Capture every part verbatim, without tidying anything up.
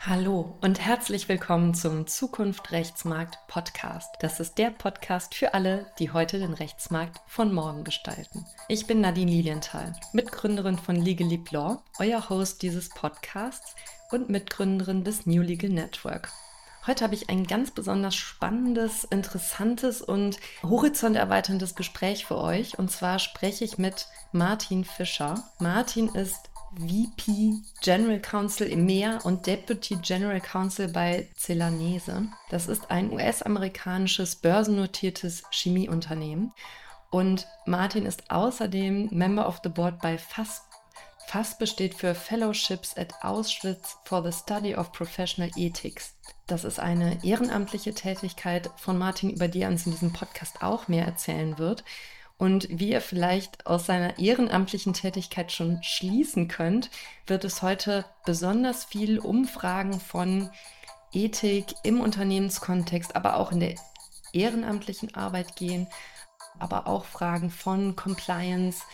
Hallo und herzlich willkommen zum Zukunft Rechtsmarkt Podcast. Das ist der Podcast für alle, die heute den Rechtsmarkt von morgen gestalten. Ich bin Nadine Lilienthal, Mitgründerin von Legally Law, euer Host dieses Podcasts und Mitgründerin des New Legal Network. Heute habe ich ein ganz besonders spannendes, interessantes und horizonterweiterndes Gespräch für euch. Und zwar spreche ich mit Martin Fischer. Martin ist V P General Counsel E M E A und Deputy General Counsel bei Celanese. Das ist ein U S-amerikanisches börsennotiertes Chemieunternehmen. Und Martin ist außerdem Member of the Board bei F A S. F A S besteht für Fellowships at Auschwitz for the Study of Professional Ethics. Das ist eine ehrenamtliche Tätigkeit von Martin, über die er uns in diesem Podcast auch mehr erzählen wird. Und wie ihr vielleicht aus seiner ehrenamtlichen Tätigkeit schon schließen könnt, wird es heute besonders viel um Fragen von Ethik im Unternehmenskontext, aber auch in der ehrenamtlichen Arbeit gehen, aber auch Fragen von Compliance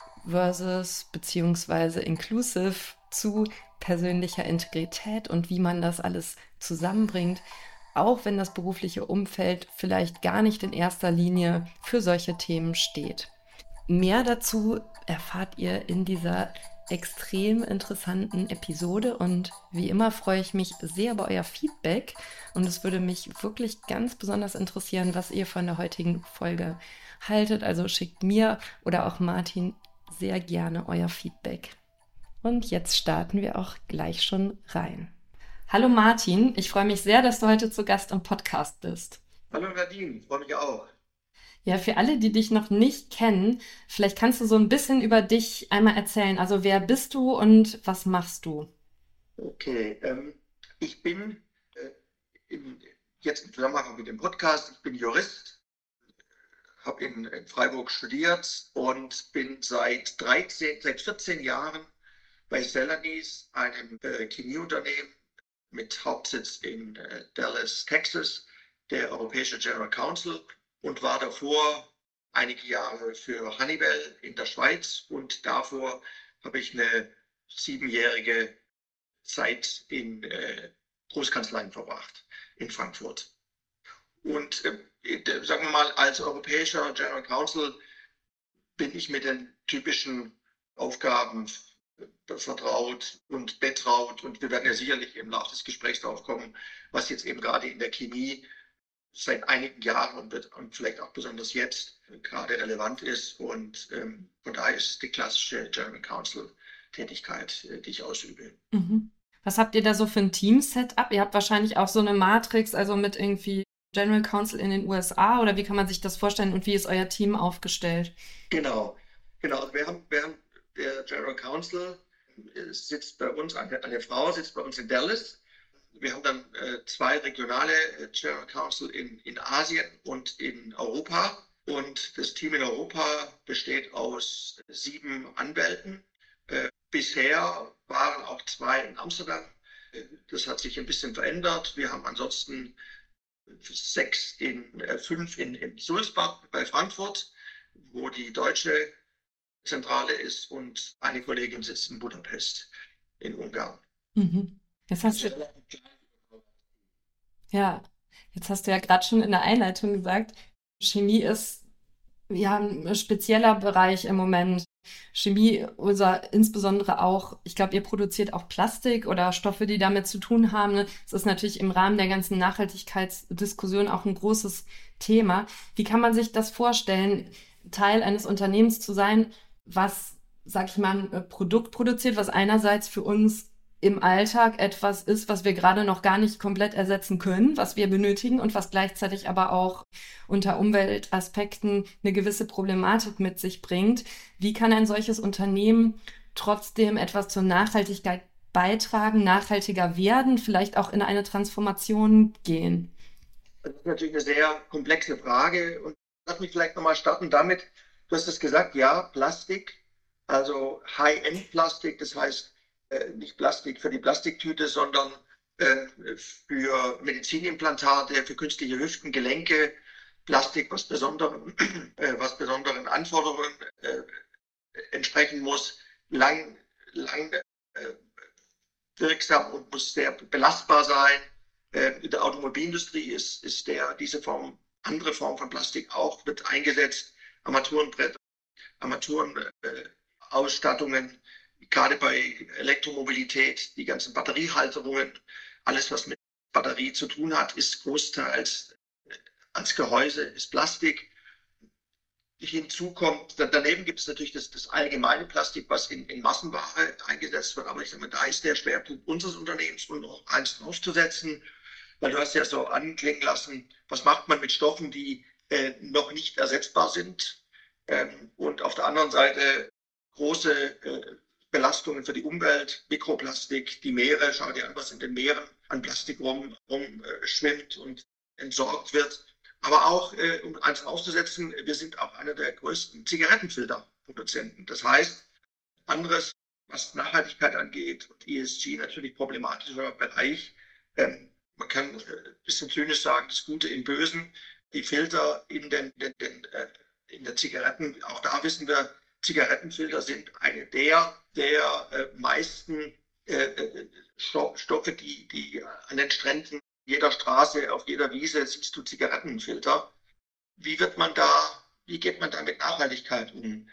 versus beziehungsweise inclusive zu persönlicher Integrität und wie man das alles zusammenbringt, auch wenn das berufliche Umfeld vielleicht gar nicht in erster Linie für solche Themen steht. Mehr dazu erfahrt ihr in dieser extrem interessanten Episode und wie immer freue ich mich sehr über euer Feedback und es würde mich wirklich ganz besonders interessieren, was ihr von der heutigen Folge haltet. Also schickt mir oder auch Martin sehr gerne euer Feedback. Und jetzt starten wir auch gleich schon rein. Hallo Martin, ich freue mich sehr, dass du heute zu Gast im Podcast bist. Hallo Nadine, freue mich auch. Ja, für alle, die dich noch nicht kennen, vielleicht kannst du so ein bisschen über dich einmal erzählen. Also wer bist du und was machst du? Okay, ähm, ich bin äh, in, jetzt im Zusammenhang mit dem Podcast, ich bin Jurist, habe in, in Freiburg studiert und bin seit dreizehn, seit vierzehn Jahren bei Celanese, einem äh, Chemieunternehmen mit Hauptsitz in äh, Dallas, Texas, der europäische General Counsel und war davor einige Jahre für Honeywell in der Schweiz und davor habe ich eine siebenjährige Zeit in äh, Großkanzleien verbracht in Frankfurt. Und äh, sagen wir mal, als europäischer General Counsel bin ich mit den typischen Aufgaben vertraut und betraut. Und wir werden ja sicherlich im Laufe des Gesprächs darauf kommen, was jetzt eben gerade in der Chemie seit einigen Jahren und, und vielleicht auch besonders jetzt gerade relevant ist. Und ähm, von daher ist die klassische General Counsel Tätigkeit, äh, die ich ausübe. Mhm. Was habt ihr da so für ein Team-Setup? Ihr habt wahrscheinlich auch so eine Matrix, also mit irgendwie General Counsel in den U S A oder wie kann man sich das vorstellen und wie ist euer Team aufgestellt? Genau, genau. Also wir haben, wir haben der General Counsel äh, sitzt bei uns, eine, eine Frau sitzt bei uns in Dallas. Wir haben dann äh, zwei regionale äh, General Counsel in, in Asien und in Europa. Und das Team in Europa besteht aus sieben Anwälten. Äh, bisher waren auch zwei in Amsterdam. Äh, das hat sich ein bisschen verändert. Wir haben ansonsten sechs in, äh, fünf in, in Sulzbach bei Frankfurt, wo die deutsche Zentrale ist und eine Kollegin sitzt in Budapest in Ungarn. Mhm. Jetzt hast Also du, ja, jetzt hast du ja gerade schon in der Einleitung gesagt, Chemie ist ja ein spezieller Bereich im Moment. Chemie, unser, insbesondere auch, ich glaube, ihr produziert auch Plastik oder Stoffe, die damit zu tun haben. Ne? Das ist natürlich im Rahmen der ganzen Nachhaltigkeitsdiskussion auch ein großes Thema. Wie kann man sich das vorstellen, Teil eines Unternehmens zu sein, was, sag ich mal, ein Produkt produziert, was einerseits für uns im Alltag etwas ist, was wir gerade noch gar nicht komplett ersetzen können, was wir benötigen und was gleichzeitig aber auch unter Umweltaspekten eine gewisse Problematik mit sich bringt. Wie kann ein solches Unternehmen trotzdem etwas zur Nachhaltigkeit beitragen, nachhaltiger werden, vielleicht auch in eine Transformation gehen? das ist natürlich eine sehr komplexe Frage und lass mich vielleicht nochmal starten damit, du hast es gesagt, ja, Plastik, also High-End-Plastik, das heißt äh, nicht Plastik für die Plastiktüte, sondern äh, für Medizinimplantate, für künstliche Hüften, Gelenke, Plastik, was besonderen, äh, was besonderen Anforderungen äh, entsprechen muss, lang, lang äh, wirksam und muss sehr belastbar sein. Äh, in der Automobilindustrie ist, ist der, diese Form, andere Form von Plastik auch, wird eingesetzt. Armaturenbretter, Armaturenausstattungen, äh, gerade bei Elektromobilität, die ganzen Batteriehalterungen, alles, was mit Batterie zu tun hat, ist großteils äh, als Gehäuse, ist Plastik. Hinzu kommt, daneben gibt es natürlich das, das allgemeine Plastik, was in, in Massenware eingesetzt wird. Aber ich sage mal, da ist der Schwerpunkt unseres Unternehmens, um noch eins draufzusetzen, weil du hast ja so anklingen lassen, was macht man mit Stoffen, die äh, noch nicht ersetzbar sind. Ähm, und auf der anderen Seite große äh, Belastungen für die Umwelt, Mikroplastik, die Meere, schau dir an, was in den Meeren an Plastik rum, rumschwimmt äh, und entsorgt wird. Aber auch, äh, um eins auszusetzen, wir sind auch einer der größten Zigarettenfilterproduzenten. Das heißt, anderes, was Nachhaltigkeit angeht und E S G natürlich problematischer Bereich. Ähm, man kann äh, ein bisschen zynisch sagen, das Gute im Bösen. Die Filter in den, den, den äh, in den Zigaretten, auch da wissen wir, Zigarettenfilter sind eine der, der äh, meisten äh, Stoffe, die, die an den Stränden jeder Straße, auf jeder Wiese siehst du Zigarettenfilter. Wie wird man da, wie geht man da mit Nachhaltigkeit um?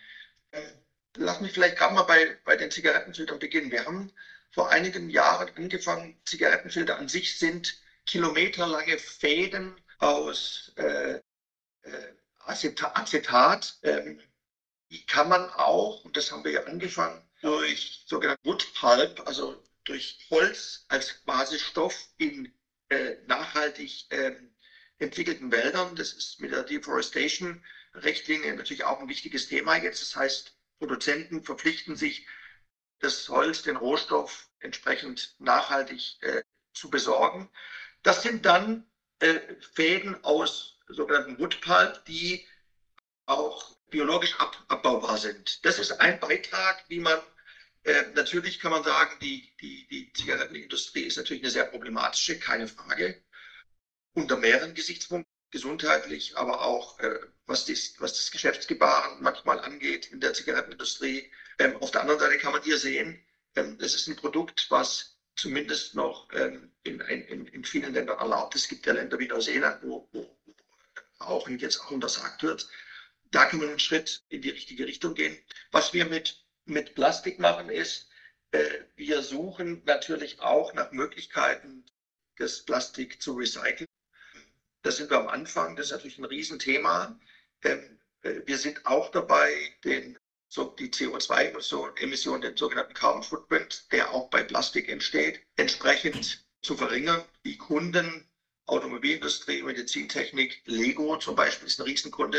Lass mich vielleicht gerade mal bei, bei den Zigarettenfiltern beginnen. Wir haben vor einigen Jahren angefangen, Zigarettenfilter an sich sind kilometerlange Fäden aus äh, äh, Acetat. Acetat. Ähm, die kann man auch, und das haben wir ja angefangen, durch sogenannte Wood Pulp, also durch Holz als Basisstoff in äh, nachhaltig äh, entwickelten Wäldern. Das ist mit der Deforestation-Richtlinie natürlich auch ein wichtiges Thema jetzt. Das heißt, Produzenten verpflichten sich, das Holz, den Rohstoff entsprechend nachhaltig äh, zu besorgen. Das sind dann äh, Fäden aus sogenannten Wood Pulp, die auch biologisch ab, abbaubar sind. Das ist ein Beitrag, wie man Äh, natürlich kann man sagen, die, die, die Zigarettenindustrie ist natürlich eine sehr problematische, keine Frage. Unter mehreren Gesichtspunkten, gesundheitlich, aber auch äh, was, dies, was das Geschäftsgebaren manchmal angeht in der Zigarettenindustrie. Ähm, auf der anderen Seite kann man hier sehen, ähm, das ist ein Produkt, was zumindest noch ähm, in, in, in vielen Ländern erlaubt ist. Es gibt ja Länder wie Neuseeland, wo, wo auch jetzt auch untersagt wird. Da kann man einen Schritt in die richtige Richtung gehen. Was wir mit mit Plastik machen, ist, äh, wir suchen natürlich auch nach Möglichkeiten, das Plastik zu recyceln. Da sind wir am Anfang, das ist natürlich ein Riesenthema. Ähm, äh, wir sind auch dabei, den, so die C O zwei Emissionen, den sogenannten Carbon Footprint, der auch bei Plastik entsteht, entsprechend zu verringern. Die Kunden, Automobilindustrie, Medizintechnik, Lego zum Beispiel ist ein Riesenkunde,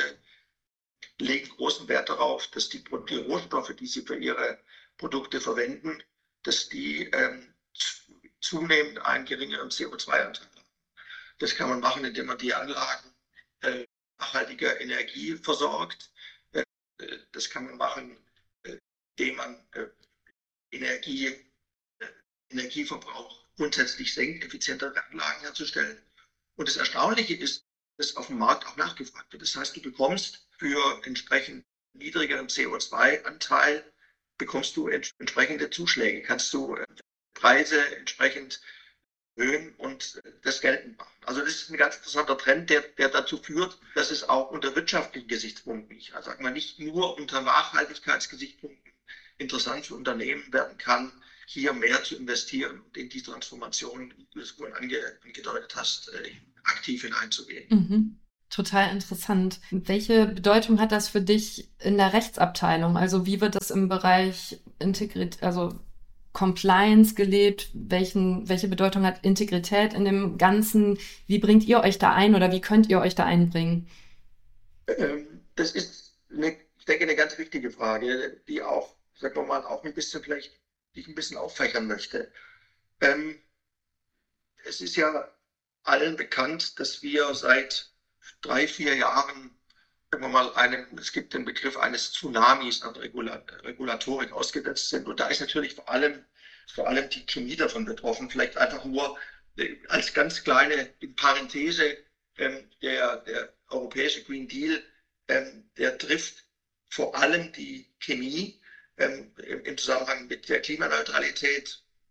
legen großen Wert darauf, dass die, die Rohstoffe, die sie für ihre Produkte verwenden, dass die ähm, zunehmend einen geringeren C O zwei Anteil haben. Das kann man machen, indem man die Anlagen äh, nachhaltiger Energie versorgt. Äh, das kann man machen, äh, indem man äh, Energie, äh, Energieverbrauch grundsätzlich senkt, effizientere Anlagen herzustellen. Und das Erstaunliche ist, dass auf dem Markt auch nachgefragt wird. Das heißt, du bekommst für entsprechend niedrigeren C O zwei Anteil bekommst du ents entsprechende Zuschläge, kannst du äh, Preise entsprechend erhöhen und äh, das geltend machen. Also das ist ein ganz interessanter Trend, der, der dazu führt, dass es auch unter wirtschaftlichen Gesichtspunkten, ich also sagen wir nicht nur unter Nachhaltigkeitsgesichtspunkten interessant für Unternehmen werden kann, hier mehr zu investieren und in die Transformation, wie du es vorhin ange angedeutet hast, äh, aktiv hineinzugehen. Mhm. Total interessant. Welche Bedeutung hat das für dich in der Rechtsabteilung? Also wie wird das im Bereich Integrität, also Compliance gelebt? Welchen, welche Bedeutung hat Integrität in dem Ganzen? Wie bringt ihr euch da ein oder wie könnt ihr euch da einbringen? Ähm, das ist, eine, ich denke, eine ganz wichtige Frage, die auch, sagen wir mal, auch ein bisschen vielleicht, die ich ein bisschen auffächern möchte. Ähm, es ist ja allen bekannt, dass wir seit drei, vier Jahren, sagen wir mal, einen, es gibt den Begriff eines Tsunamis an Regulat Regulatorik ausgesetzt sind. Und da ist natürlich vor allem, vor allem die Chemie davon betroffen. Vielleicht einfach nur äh, als ganz kleine Parenthese, ähm, der, der europäische Green Deal, ähm, der trifft vor allem die Chemie ähm, im, im Zusammenhang mit der Klimaneutralität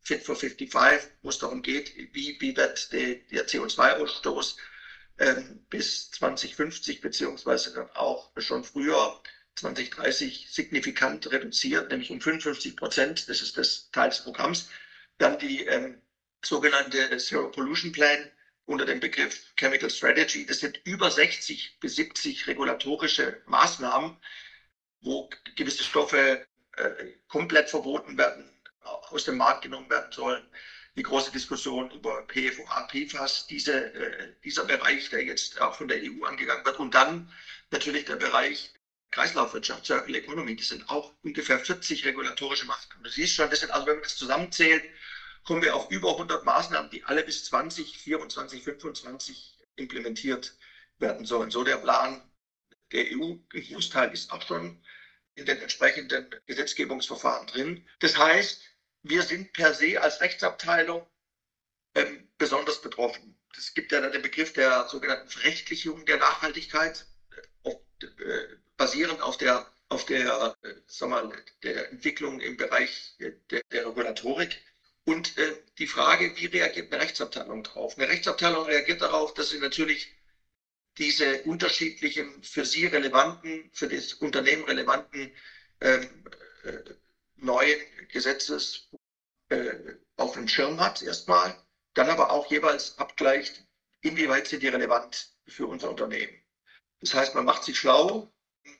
Fit for fünfundfünfzig, wo es darum geht, wie, wie wird die, der C O zwei Ausstoß ähm, bis zwanzig fünfzig beziehungsweise dann auch schon früher zwanzig dreißig signifikant reduziert, nämlich um fünfundfünfzig Prozent. Das ist das Teil des Programms. Dann die ähm, sogenannte Zero Pollution Plan unter dem Begriff Chemical Strategy. Das sind über sechzig bis siebzig regulatorische Maßnahmen, wo gewisse Stoffe äh, komplett verboten werden, aus dem Markt genommen werden sollen. Die große Diskussion über P F O A, P F A S, diese, äh, dieser Bereich, der jetzt auch von der E U angegangen wird. Und dann natürlich der Bereich Kreislaufwirtschaft, Circular Economy. Das sind auch ungefähr vierzig regulatorische Maßnahmen. Du siehst schon, das sind, also wenn man das zusammenzählt, kommen wir auf über hundert Maßnahmen, die alle bis zwanzig vierundzwanzig, fünfundzwanzig implementiert werden sollen. So der Plan der E U. Ein Großteil ist auch schon in den entsprechenden Gesetzgebungsverfahren drin. Das heißt, wir sind per se als Rechtsabteilung ähm, besonders betroffen. Es gibt ja den Begriff der sogenannten Verrechtlichung der Nachhaltigkeit, auf, äh, basierend auf der, auf der, äh, sag mal, der Entwicklung im Bereich der, der Regulatorik. Und äh, die Frage, wie reagiert eine Rechtsabteilung darauf? Eine Rechtsabteilung reagiert darauf, dass sie natürlich diese unterschiedlichen, für sie relevanten, für das Unternehmen relevanten äh, äh, neuen Gesetzes äh, auf dem Schirm hat erstmal, dann aber auch jeweils abgleicht, inwieweit sind die relevant für unser Unternehmen. Das heißt, man macht sich schlau,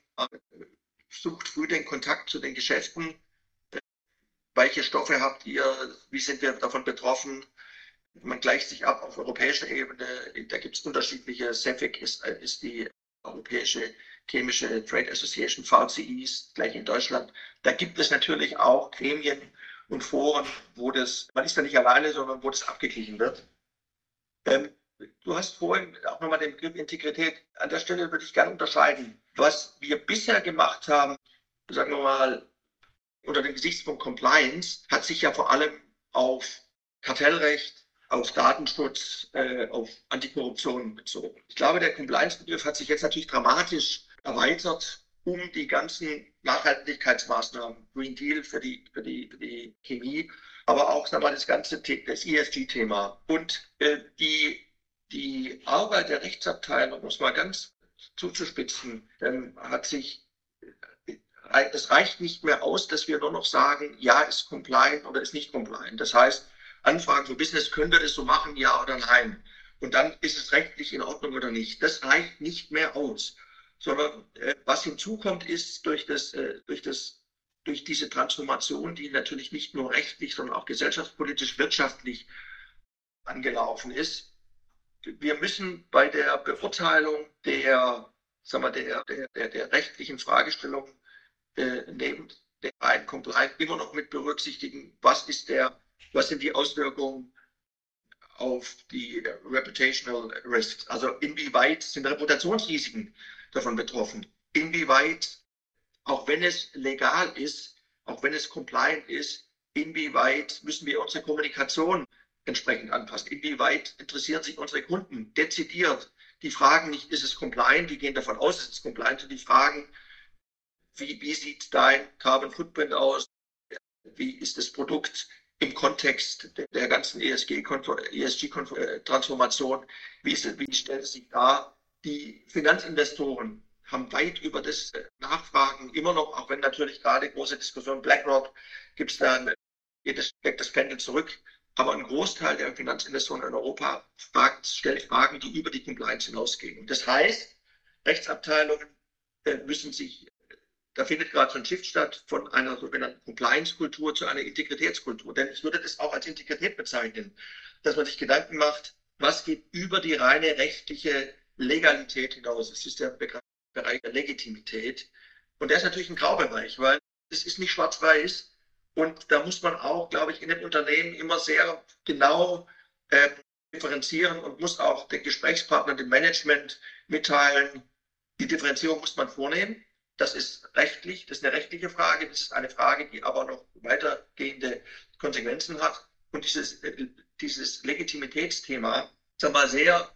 sucht früh den Kontakt zu den Geschäften. Welche Stoffe habt ihr? Wie sind wir davon betroffen? Man gleicht sich ab auf europäischer Ebene. Da gibt es unterschiedliche. C E F I C ist, ist die Europäische Chemische Trade Association, V C I ist gleich in Deutschland. Da gibt es natürlich auch Gremien und Foren, wo das, man ist da nicht alleine, sondern wo das abgeglichen wird. Ähm, du hast vorhin auch nochmal den Begriff Integrität. An der Stelle würde ich gerne unterscheiden. Was wir bisher gemacht haben, sagen wir mal, unter dem Gesichtspunkt Compliance, hat sich ja vor allem auf Kartellrecht, auf Datenschutz, äh, auf Antikorruption bezogen. Ich glaube, der Compliance-Begriff hat sich jetzt natürlich dramatisch erweitert um die ganzen Nachhaltigkeitsmaßnahmen, Green Deal für die, für die, für die Chemie, aber auch sagen wir mal, das ganze das E S G-Thema. Und äh, die, die Arbeit der Rechtsabteilung, um es mal ganz zuzuspitzen, ähm, hat sich es reicht nicht mehr aus, dass wir nur noch sagen, ja, ist compliant oder ist nicht compliant. Das heißt, Anfragen für Business, können wir das so machen, ja oder nein? Und dann ist es rechtlich in Ordnung oder nicht. Das reicht nicht mehr aus. Sondern äh, was hinzukommt, ist durch, das, äh, durch, das, durch diese Transformation, die natürlich nicht nur rechtlich, sondern auch gesellschaftspolitisch, wirtschaftlich angelaufen ist. Wir müssen bei der Beurteilung der, sagen wir, der, der, der, der rechtlichen Fragestellungen Äh, neben der reinen Compliance immer noch mit berücksichtigen, was ist der, was sind die Auswirkungen auf die Reputational Risks, also inwieweit sind Reputationsrisiken davon betroffen, inwieweit, auch wenn es legal ist, auch wenn es compliant ist, inwieweit müssen wir unsere Kommunikation entsprechend anpassen, inwieweit interessieren sich unsere Kunden dezidiert, die fragen nicht, ist es compliant, die gehen davon aus, es ist compliant, sondern die fragen, Wie, wie sieht dein Carbon Footprint aus? Wie ist das Produkt im Kontext der ganzen E S G-Transformation? Wie, ist, wie stellt es sich dar? Die Finanzinvestoren haben weit über das Nachfragen immer noch, auch wenn natürlich gerade große Diskussion BlackRock gibt es dann, geht das, geht das Pendel zurück. Aber ein Großteil der Finanzinvestoren in Europa fragt, stellt Fragen, die über die Compliance hinausgehen. Das heißt, Rechtsabteilungen müssen sich Da findet gerade so ein Shift statt von einer sogenannten Compliance-Kultur zu einer Integritätskultur. Denn ich würde das auch als Integrität bezeichnen, dass man sich Gedanken macht, was geht über die reine rechtliche Legalität hinaus. Es ist der Bereich der Legitimität. Und der ist natürlich ein Graubereich, weil es ist nicht schwarz-weiß. Und da muss man auch, glaube ich, in den Unternehmen immer sehr genau äh, differenzieren und muss auch den Gesprächspartnern, dem Management mitteilen, die Differenzierung muss man vornehmen. Das ist rechtlich, das ist eine rechtliche Frage, das ist eine Frage, die aber noch weitergehende Konsequenzen hat. Und dieses, dieses Legitimitätsthema, sagen wir mal, sehr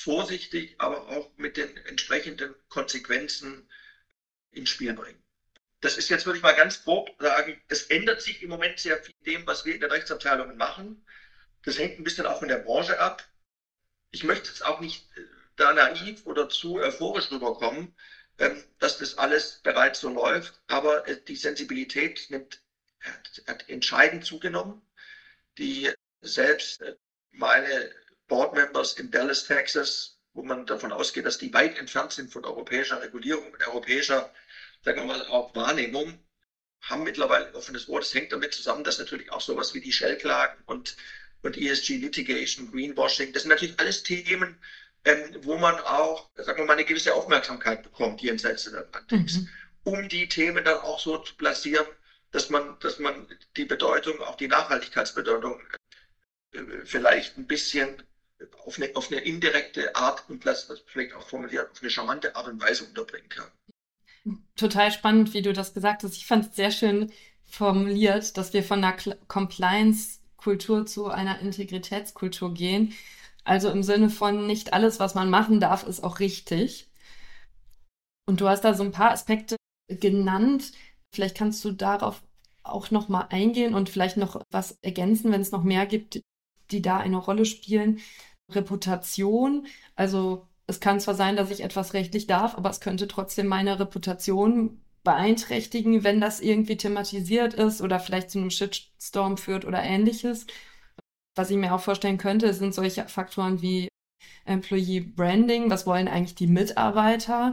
vorsichtig, aber auch mit den entsprechenden Konsequenzen ins Spiel bringen. Das ist jetzt, würde ich mal ganz grob sagen, es ändert sich im Moment sehr viel dem, was wir in den Rechtsabteilungen machen. Das hängt ein bisschen auch von der Branche ab. Ich möchte jetzt auch nicht äh, da naiv oder zu euphorisch rüberkommen, ähm, dass das alles bereits so läuft, aber äh, die Sensibilität nimmt, hat, hat entscheidend zugenommen. Die selbst äh, meine Boardmembers in Dallas, Texas, wo man davon ausgeht, dass die weit entfernt sind von europäischer Regulierung und europäischer, sagen wir mal, auch Wahrnehmung, haben mittlerweile ein offenes Ohr. Das hängt damit zusammen, dass natürlich auch sowas wie die Shell-Klagen und, und E S G-Litigation, Greenwashing, das sind natürlich alles Themen, ähm, wo man auch, sagen wir mal, eine gewisse Aufmerksamkeit bekommt jenseits des Atlantiks, Mhm. um die Themen dann auch so zu platzieren, dass man, dass man die Bedeutung, auch die Nachhaltigkeitsbedeutung äh, vielleicht ein bisschen auf eine, auf eine indirekte Art und das vielleicht auch formuliert, auf eine charmante Art und Weise unterbringen kann. Total spannend, wie du das gesagt hast. Ich fand es sehr schön formuliert, dass wir von einer Cl- Compliance-Kultur zu einer Integritätskultur gehen. Also im Sinne von nicht alles, was man machen darf, ist auch richtig. Und du hast da so ein paar Aspekte genannt. Vielleicht kannst du darauf auch noch mal eingehen und vielleicht noch was ergänzen, wenn es noch mehr gibt, die da eine Rolle spielen. Reputation. Also es kann zwar sein, dass ich etwas rechtlich darf, aber es könnte trotzdem meine Reputation beeinträchtigen, wenn das irgendwie thematisiert ist oder vielleicht zu einem Shitstorm führt oder ähnliches. Was ich mir auch vorstellen könnte, sind solche Faktoren wie Employee Branding. Was wollen eigentlich die Mitarbeiter?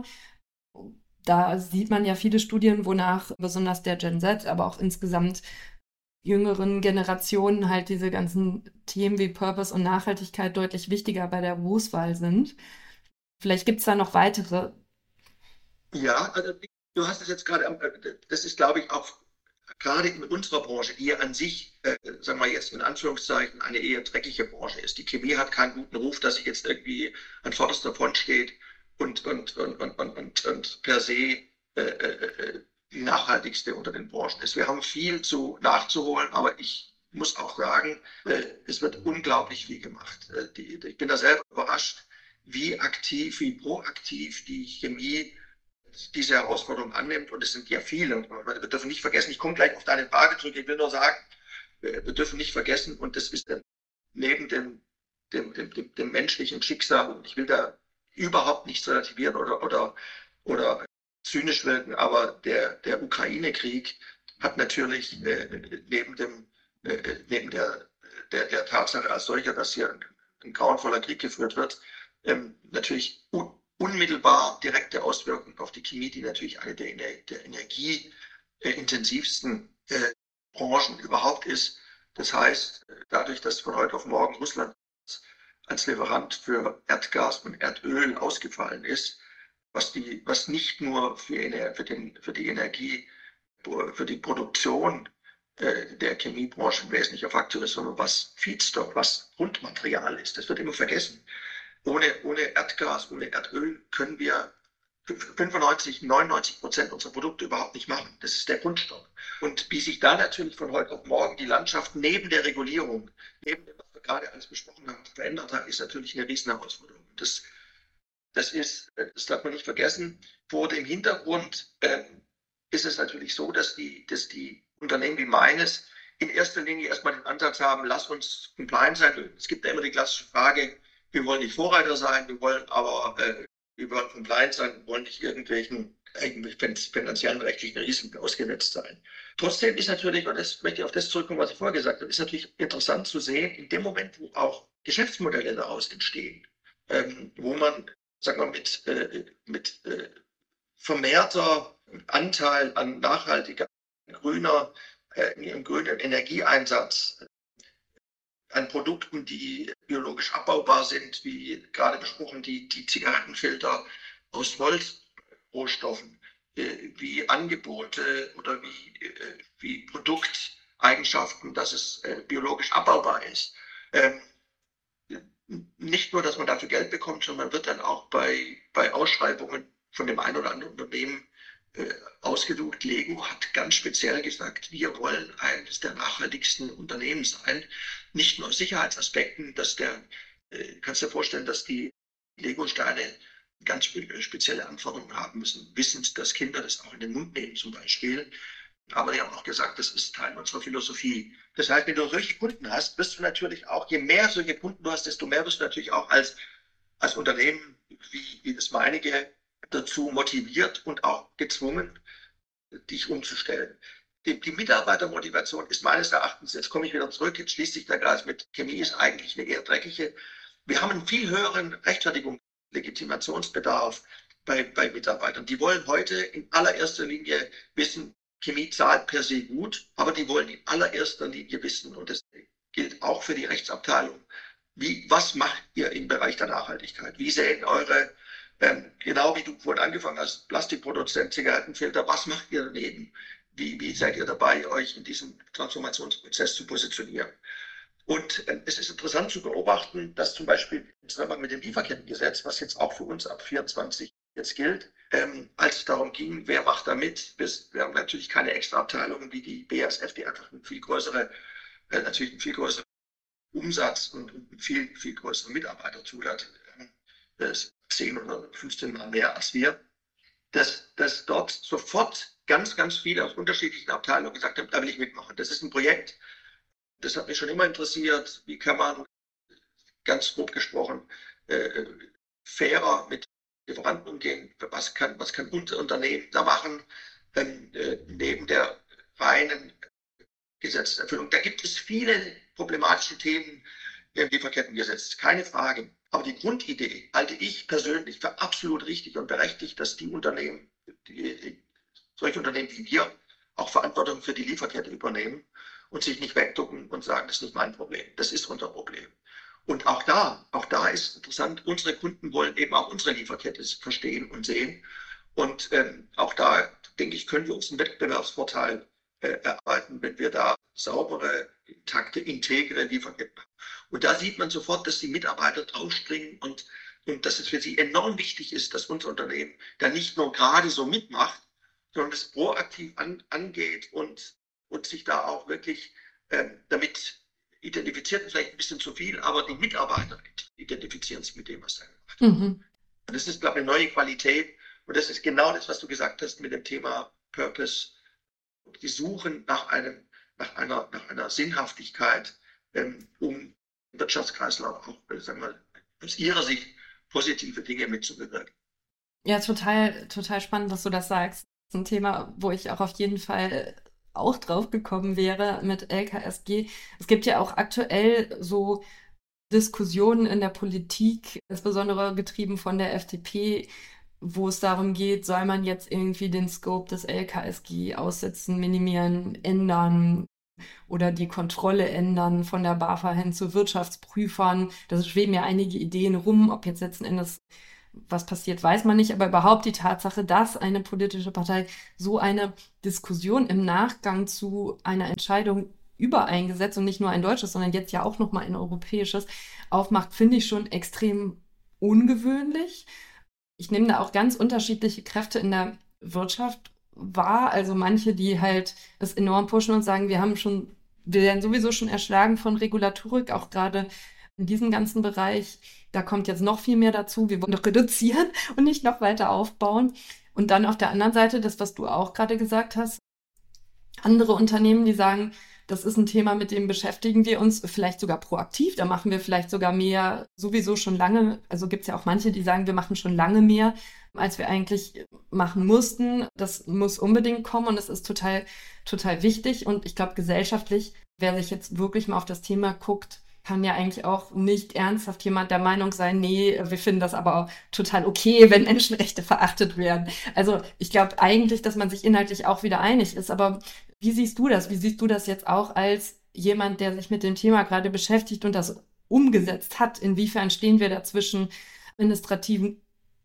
Da sieht man ja viele Studien, wonach besonders der Gen Z, aber auch insgesamt jüngeren Generationen halt diese ganzen Themen wie Purpose und Nachhaltigkeit deutlich wichtiger bei der Berufswahl sind. Vielleicht gibt es da noch weitere. Ja, also du hast es jetzt gerade, äh, das ist, glaube ich, auch gerade in unserer Branche, die ja an sich, äh, sagen wir jetzt in Anführungszeichen, eine eher dreckige Branche ist. Die Chemie hat keinen guten Ruf, dass sie jetzt irgendwie an vorderster Front steht und, und, und, und, und, und, und per se äh, äh, die nachhaltigste unter den Branchen ist. Wir haben viel zu nachzuholen, aber ich muss auch sagen, äh, es wird unglaublich viel gemacht. Äh, die, ich bin da selber überrascht, wie aktiv, wie proaktiv die Chemie diese Herausforderung annimmt. Und es sind ja viele. Und wir dürfen nicht vergessen, ich komme gleich auf deine Frage zurück. Ich will nur sagen, wir dürfen nicht vergessen, und das ist neben dem, dem, dem, dem, dem menschlichen Schicksal, und ich will da überhaupt nichts relativieren oder, oder, oder zynisch wirken, aber der, der Ukraine-Krieg hat natürlich äh, neben, dem, äh, neben der, der, der Tatsache als solcher, dass hier ein, ein grauenvoller Krieg geführt wird, ähm, natürlich un unmittelbar direkte Auswirkungen auf die Chemie, die natürlich eine der, der energieintensivsten äh, Branchen überhaupt ist. Das heißt, dadurch, dass von heute auf morgen Russland als Lieferant für Erdgas und Erdöl ausgefallen ist, was, die, was nicht nur für, für, den, für die Energie, für die Produktion äh, der Chemiebranche ein wesentlicher Faktor ist, sondern was Feedstock, was Grundmaterial ist. Das wird immer vergessen. Ohne, ohne Erdgas, ohne Erdöl können wir fünfundneunzig, neunundneunzig Prozent unserer Produkte überhaupt nicht machen. Das ist der Grundstock. Und wie sich da natürlich von heute auf morgen die Landschaft neben der Regulierung, neben dem, was wir gerade alles besprochen haben, verändert hat, ist natürlich eine Riesenherausforderung. Das, das ist, das darf man nicht vergessen. Vor dem Hintergrund ähm, ist es natürlich so, dass die, dass die Unternehmen wie meines in erster Linie erstmal den Ansatz haben, lass uns compliant sein. Es gibt ja immer die klassische Frage, wir wollen nicht Vorreiter sein, wir wollen aber äh, wir wollen compliant sein, wir wollen nicht irgendwelchen eigentlich finanziellen rechtlichen Risiken ausgesetzt sein. Trotzdem ist natürlich, und das möchte ich auf das zurückkommen, was ich vorher gesagt habe, ist natürlich interessant zu sehen, in dem Moment, wo auch Geschäftsmodelle daraus entstehen, ähm, wo man, sagen wir, mit, äh, mit äh, vermehrter Anteil an nachhaltiger, grüner, äh, im grünen Energieeinsatz, an Produkten, die biologisch abbaubar sind, wie gerade besprochen, die, die Zigarettenfilter aus Holzrohstoffen, äh, wie Angebote oder wie, äh, wie Produkteigenschaften, dass es äh, biologisch abbaubar ist. Ähm, nicht nur, dass man dafür Geld bekommt, sondern man wird dann auch bei, bei Ausschreibungen von dem einen oder anderen Unternehmen äh, ausgesucht. Lego hat ganz speziell gesagt, wir wollen eines der nachhaltigsten Unternehmen sein. Nicht nur aus Sicherheitsaspekten, dass der, äh, kannst dir vorstellen, dass die Lego-Steine ganz spezielle Anforderungen haben müssen, wissend, dass Kinder das auch in den Mund nehmen zum Beispiel. Aber die haben auch gesagt, das ist Teil unserer Philosophie. Das heißt, wenn du solche Kunden hast, wirst du natürlich auch, je mehr solche Kunden du hast, desto mehr wirst du natürlich auch als, als Unternehmen, wie, wie das meinige, dazu motiviert und auch gezwungen, dich umzustellen. Die, die Mitarbeitermotivation ist meines Erachtens, jetzt komme ich wieder zurück, jetzt schließt sich der Kreis mit Chemie, ist eigentlich eine eher dreckige. Wir haben einen viel höheren Rechtfertigungslegitimationsbedarf bei, bei Mitarbeitern. Die wollen heute in allererster Linie wissen, Chemie zahlt per se gut, aber die wollen in allererster Linie wissen, und das gilt auch für die Rechtsabteilung, wie, was macht ihr im Bereich der Nachhaltigkeit? Wie sehen eure, ähm, genau wie du vorhin angefangen hast, Plastikproduzent, Zigarettenfilter, was macht ihr daneben? Wie, wie seid ihr dabei, euch in diesem Transformationsprozess zu positionieren? Und äh, es ist interessant zu beobachten, dass zum Beispiel im Zusammenhang mit dem Lieferkettengesetz, was jetzt auch für uns ab vierundzwanzig jetzt gilt, ähm, als es darum ging, wer macht da mit, bis, wir haben natürlich keine extra Abteilungen wie die B A S F, die einfach einen viel größere, äh, natürlich einen viel größeren Umsatz und, und einen viel, viel größeren Mitarbeiterpool hat. Das zehn oder fünfzehn Mal mehr als wir. Dass, dass dort sofort ganz, ganz viele aus unterschiedlichen Abteilungen gesagt haben, da will ich mitmachen. Das ist ein Projekt, das hat mich schon immer interessiert. Wie kann man, ganz grob gesprochen, äh, fairer mit Lieferanten umgehen? Was kann, was kann unser Unternehmen da machen, ähm, äh, neben der reinen Gesetzeserfüllung? Da gibt es viele problematische Themen im Lieferkettengesetz, keine Frage. Aber die Grundidee halte ich persönlich für absolut richtig und berechtigt, dass die Unternehmen, die, die, solche Unternehmen wie wir, auch Verantwortung für die Lieferkette übernehmen und sich nicht wegducken und sagen, das ist nicht mein Problem, das ist unser Problem. Und auch da, auch da ist interessant, unsere Kunden wollen eben auch unsere Lieferkette verstehen und sehen. Und ähm, auch da, denke ich, können wir uns einen Wettbewerbsvorteil äh, erarbeiten, wenn wir da saubere, intakte, integre Lieferketten haben. Und da sieht man sofort, dass die Mitarbeiter draufspringen und, und dass es für sie enorm wichtig ist, dass unser Unternehmen da nicht nur gerade so mitmacht, sondern es proaktiv an, angeht und, und sich da auch wirklich ähm, damit identifiziert, vielleicht ein bisschen zu viel, aber die Mitarbeiter identifizieren sich mit dem, was da gemacht wird. Mhm. Und das ist, glaube ich, eine neue Qualität. Und das ist genau das, was du gesagt hast mit dem Thema Purpose. Die suchen nach, einem, nach, einer, nach einer Sinnhaftigkeit, ähm, um im Wirtschaftskreislauf auch, sagen wir, aus ihrer Sicht positive Dinge mitzubewirken. Ja, total, total spannend, dass du das sagst. Das ist ein Thema, wo ich auch auf jeden Fall auch drauf gekommen wäre mit L K S G. Es gibt ja auch aktuell so Diskussionen in der Politik, insbesondere getrieben von der F D P, wo es darum geht, soll man jetzt irgendwie den Scope des L K S G aussetzen, minimieren, ändern oder die Kontrolle ändern von der BAFA hin zu Wirtschaftsprüfern. Da schweben ja einige Ideen rum, ob jetzt letzten Endes was passiert, weiß man nicht, aber überhaupt die Tatsache, dass eine politische Partei so eine Diskussion im Nachgang zu einer Entscheidung über ein Gesetz und nicht nur ein deutsches, sondern jetzt ja auch nochmal ein europäisches aufmacht, finde ich schon extrem ungewöhnlich. Ich nehme da auch ganz unterschiedliche Kräfte in der Wirtschaft wahr, also manche, die halt es enorm pushen und sagen, wir haben schon, wir werden sowieso schon erschlagen von Regulatorik, auch gerade in diesem ganzen Bereich. Da kommt jetzt noch viel mehr dazu. Wir wollen noch reduzieren und nicht noch weiter aufbauen. Und dann auf der anderen Seite, das, was du auch gerade gesagt hast, andere Unternehmen, die sagen, das ist ein Thema, mit dem beschäftigen wir uns vielleicht sogar proaktiv. Da machen wir vielleicht sogar mehr, sowieso schon lange. Also gibt es ja auch manche, die sagen, wir machen schon lange mehr, als wir eigentlich machen mussten. Das muss unbedingt kommen und das ist total, total wichtig. Und ich glaube, gesellschaftlich, wer sich jetzt wirklich mal auf das Thema guckt, kann ja eigentlich auch nicht ernsthaft jemand der Meinung sein, nee, wir finden das aber auch total okay, wenn Menschenrechte verachtet werden. Also ich glaube eigentlich, dass man sich inhaltlich auch wieder einig ist. Aber wie siehst du das? Wie siehst du das jetzt auch als jemand, der sich mit dem Thema gerade beschäftigt und das umgesetzt hat? Inwiefern stehen wir da zwischen administrativen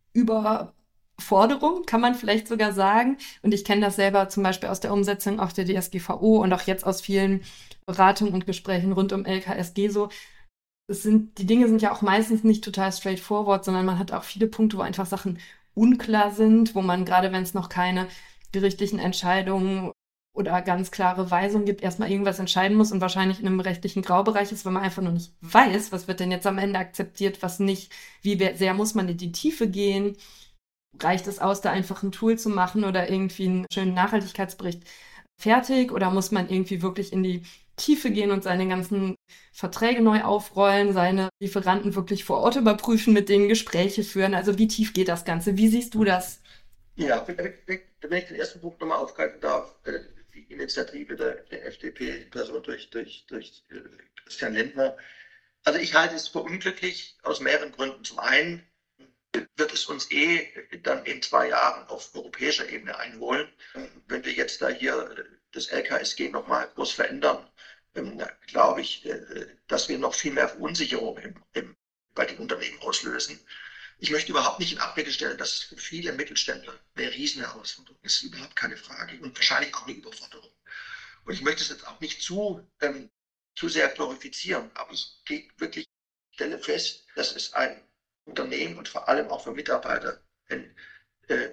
Überforderungen, kann man vielleicht sogar sagen? Und ich kenne das selber zum Beispiel aus der Umsetzung auch der D S G V O und auch jetzt aus vielen Beratungen und Gesprächen rund um L K S G so. Es sind, die Dinge sind ja auch meistens nicht total straightforward, sondern man hat auch viele Punkte, wo einfach Sachen unklar sind, wo man, gerade wenn es noch keine gerichtlichen Entscheidungen oder ganz klare Weisungen gibt, erstmal irgendwas entscheiden muss und wahrscheinlich in einem rechtlichen Graubereich ist, weil man einfach noch nicht weiß, was wird denn jetzt am Ende akzeptiert, was nicht, wie sehr muss man in die Tiefe gehen, reicht es aus, da einfach ein Tool zu machen oder irgendwie einen schönen Nachhaltigkeitsbericht fertig oder muss man irgendwie wirklich in die Tiefe gehen und seine ganzen Verträge neu aufrollen, seine Lieferanten wirklich vor Ort überprüfen, mit denen Gespräche führen, also wie tief geht das Ganze, wie siehst du das? Ja, wenn wenn ich den ersten Punkt nochmal aufgreifen darf, äh, die Initiative der, der F D P-Person durch, durch, durch äh, Christian Lindner. Also ich halte es für unglücklich aus mehreren Gründen. Zum einen wird es uns eh dann in zwei Jahren auf europäischer Ebene einholen. Wenn wir jetzt da hier das L K S G nochmal groß verändern, ähm, glaube ich, äh, dass wir noch viel mehr Verunsicherung im, im, bei den Unternehmen auslösen. Ich möchte überhaupt nicht in Abrede stellen, dass es für viele Mittelständler eine riesen Herausforderung ist, überhaupt keine Frage und wahrscheinlich auch eine Überforderung. Und ich möchte es jetzt auch nicht zu, ähm, zu sehr glorifizieren, aber ich gehe wirklich, stelle fest, dass es ein Unternehmen und vor allem auch für Mitarbeiter ein äh,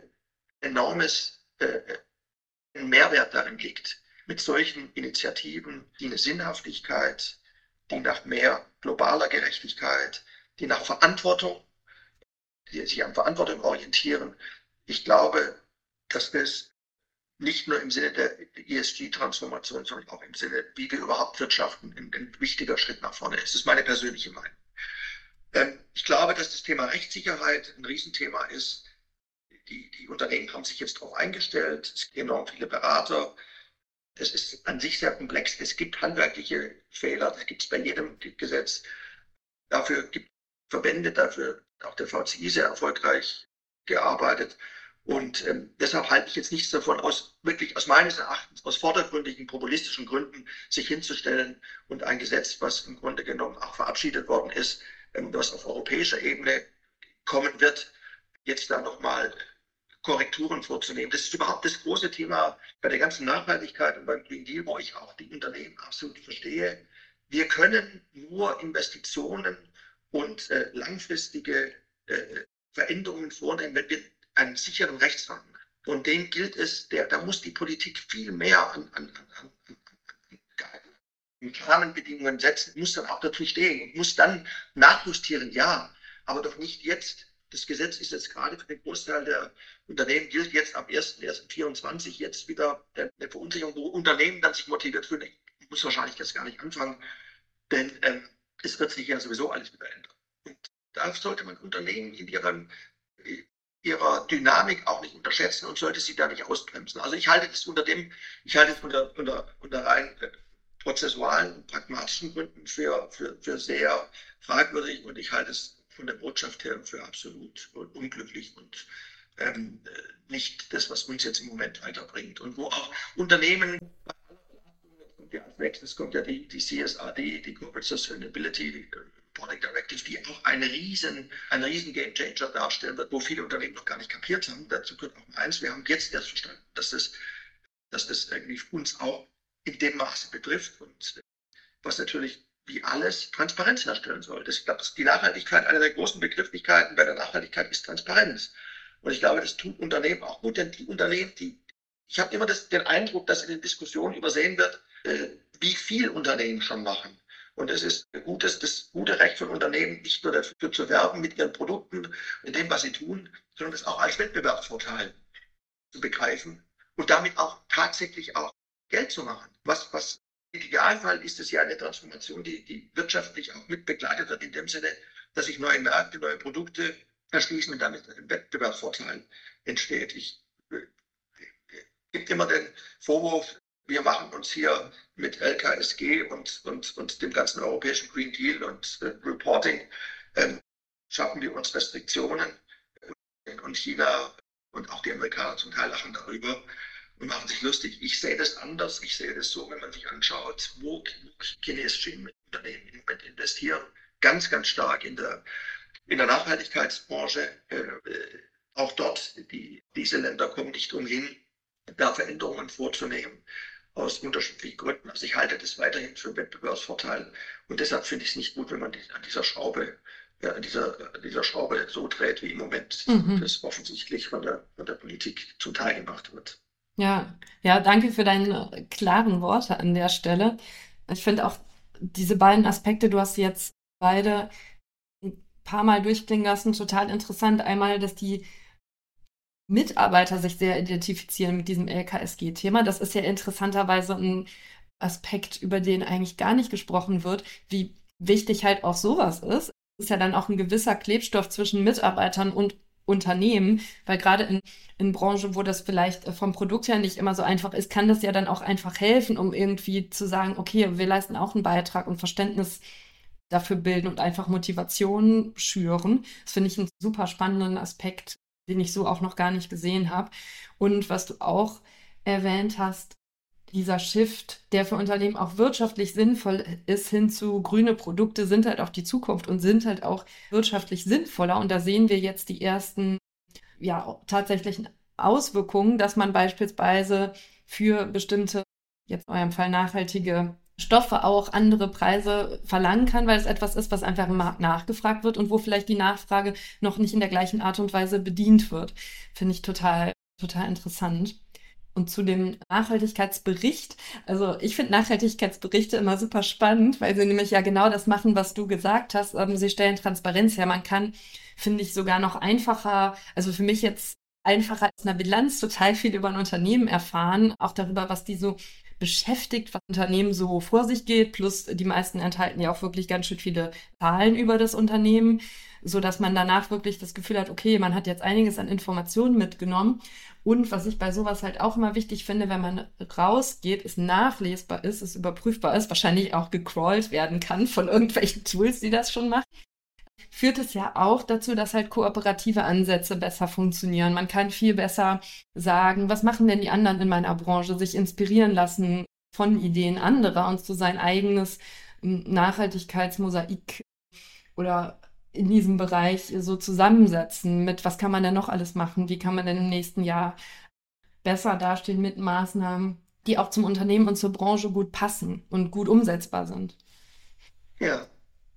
enormes äh, ein Mehrwert darin liegt, mit solchen Initiativen, die eine Sinnhaftigkeit, die nach mehr globaler Gerechtigkeit, die nach Verantwortung, die sich an Verantwortung orientieren. Ich glaube, dass das nicht nur im Sinne der E S G-Transformation, sondern auch im Sinne, wie wir überhaupt wirtschaften, ein, ein wichtiger Schritt nach vorne ist. Das ist meine persönliche Meinung. Ähm, ich glaube, dass das Thema Rechtssicherheit ein Riesenthema ist. Die, die Unternehmen haben sich jetzt darauf eingestellt. Es gibt enorm viele Berater. Es ist an sich sehr komplex. Es gibt handwerkliche Fehler. Das gibt es bei jedem Gesetz. Dafür gibt es Verbände, dafür auch der V C I sehr erfolgreich gearbeitet. Und ähm, deshalb halte ich jetzt nichts davon aus, wirklich aus meines Erachtens, aus vordergründigen populistischen Gründen, sich hinzustellen und ein Gesetz, was im Grunde genommen auch verabschiedet worden ist, ähm, was auf europäischer Ebene kommen wird, jetzt da nochmal Korrekturen vorzunehmen. Das ist überhaupt das große Thema bei der ganzen Nachhaltigkeit und beim Green Deal, wo ich auch die Unternehmen absolut verstehe. Wir können nur Investitionen und äh, langfristige äh, Veränderungen vornehmen, wenn wir einen sicheren Rechtsrahmen haben. Und den gilt es, der, da muss die Politik viel mehr an, an, an, an Rahmenbedingungen setzen, muss dann auch dazu stehen, muss dann nachjustieren, ja, aber doch nicht jetzt. Das Gesetz ist jetzt gerade für den Großteil der Unternehmen, gilt jetzt ab ersten ersten vierundzwanzig jetzt wieder eine Verunsicherung, wo Unternehmen dann sich motiviert fühlen. Ich muss wahrscheinlich jetzt gar nicht anfangen, denn ähm, es wird sich ja sowieso alles wieder ändern. Und da sollte man Unternehmen in ihren, ihrer Dynamik auch nicht unterschätzen und sollte sie da nicht ausbremsen. Also ich halte das unter dem, ich halte es unter, unter, unter rein prozessualen und pragmatischen Gründen für, für, für sehr fragwürdig und ich halte es von der Botschaft her für absolut unglücklich und ähm, nicht das, was uns jetzt im Moment weiterbringt. Und wo auch Unternehmen, ja, als nächstes kommt ja die, die C S R D, die Corporate Sustainability Reporting Directive, die auch eine riesen, einen riesen Game Changer darstellen wird, wo viele Unternehmen noch gar nicht kapiert haben. Dazu gehört auch eins, wir haben jetzt erst verstanden, dass das, dass das irgendwie uns auch in dem Maße betrifft und was natürlich wie alles Transparenz herstellen soll. Das, ich glaube, die Nachhaltigkeit, eine der großen Begrifflichkeiten bei der Nachhaltigkeit ist Transparenz. Und ich glaube, das tut Unternehmen auch gut, denn die Unternehmen, die, ich habe immer das, den Eindruck, dass in den Diskussionen übersehen wird, äh, wie viel Unternehmen schon machen. Und es ist ein gutes, das gute Recht von Unternehmen, nicht nur dafür zu werben mit ihren Produkten und dem, was sie tun, sondern es auch als Wettbewerbsvorteil zu begreifen und damit auch tatsächlich auch Geld zu machen. Was, was im Idealfall ist es ja eine Transformation, die, die wirtschaftlich auch mit begleitet wird, in dem Sinne, dass sich neue Märkte, neue Produkte erschließen und damit ein Wettbewerbsvorteil entsteht. Ich äh, gibt immer den Vorwurf, wir machen uns hier mit L K S G und, und, und dem ganzen europäischen Green Deal und äh, Reporting, ähm, schaffen wir uns Restriktionen und China und auch die Amerikaner zum Teil lachen darüber und machen sich lustig. Ich sehe das anders. Ich sehe das so, wenn man sich anschaut, wo chinesische Unternehmen im Moment investieren, ganz, ganz stark in der, in der Nachhaltigkeitsbranche. Äh, auch dort, die, diese Länder kommen nicht umhin, da Veränderungen vorzunehmen aus unterschiedlichen Gründen. Also ich halte das weiterhin für einen Wettbewerbsvorteil und deshalb finde ich es nicht gut, wenn man an dieser Schraube ja, an dieser, an dieser Schraube so dreht, wie im Moment mhm. das offensichtlich von der, von der Politik zum Teil gemacht wird. Ja, ja, danke für deine äh, klaren Worte an der Stelle. Ich finde auch diese beiden Aspekte, du hast sie jetzt beide ein paar Mal durchklingen lassen, total interessant. Einmal, dass die Mitarbeiter sich sehr identifizieren mit diesem L K S G-Thema. Das ist ja interessanterweise ein Aspekt, über den eigentlich gar nicht gesprochen wird, wie wichtig halt auch sowas ist. Es ist ja dann auch ein gewisser Klebstoff zwischen Mitarbeitern und Unternehmen, weil gerade in, in Branchen, wo das vielleicht äh, vom Produkt her nicht immer so einfach ist, kann das ja dann auch einfach helfen, um irgendwie zu sagen, okay, wir leisten auch einen Beitrag und Verständnis dafür bilden und einfach Motivation schüren. Das finde ich einen super spannenden Aspekt, den ich so auch noch gar nicht gesehen habe. Und was du auch erwähnt hast, dieser Shift, der für Unternehmen auch wirtschaftlich sinnvoll ist, hin zu grüne Produkte, sind halt auch die Zukunft und sind halt auch wirtschaftlich sinnvoller. Und da sehen wir jetzt die ersten, ja, tatsächlichen Auswirkungen, dass man beispielsweise für bestimmte, jetzt in eurem Fall nachhaltige Stoffe auch andere Preise verlangen kann, weil es etwas ist, was einfach im Markt nachgefragt wird und wo vielleicht die Nachfrage noch nicht in der gleichen Art und Weise bedient wird. Finde ich total, total interessant. Und zu dem Nachhaltigkeitsbericht. Also ich finde Nachhaltigkeitsberichte immer super spannend, weil sie nämlich ja genau das machen, was du gesagt hast. Ähm, sie stellen Transparenz her. Man kann, finde ich, sogar noch einfacher, also für mich jetzt einfacher als eine Bilanz, total viel über ein Unternehmen erfahren, auch darüber, was die so beschäftigt, was Unternehmen so vor sich geht. Plus die meisten enthalten ja auch wirklich ganz schön viele Zahlen über das Unternehmen, so dass man danach wirklich das Gefühl hat, okay, man hat jetzt einiges an Informationen mitgenommen. Und was ich bei sowas halt auch immer wichtig finde, wenn man rausgeht, es nachlesbar ist, es überprüfbar ist, wahrscheinlich auch gecrawlt werden kann von irgendwelchen Tools, die das schon machen, führt es ja auch dazu, dass halt kooperative Ansätze besser funktionieren. Man kann viel besser sagen, was machen denn die anderen in meiner Branche, sich inspirieren lassen von Ideen anderer und so sein eigenes ähm, Nachhaltigkeitsmosaik oder in diesem Bereich so zusammensetzen mit, was kann man denn noch alles machen, wie kann man denn im nächsten Jahr besser dastehen mit Maßnahmen, die auch zum Unternehmen und zur Branche gut passen und gut umsetzbar sind. Ja,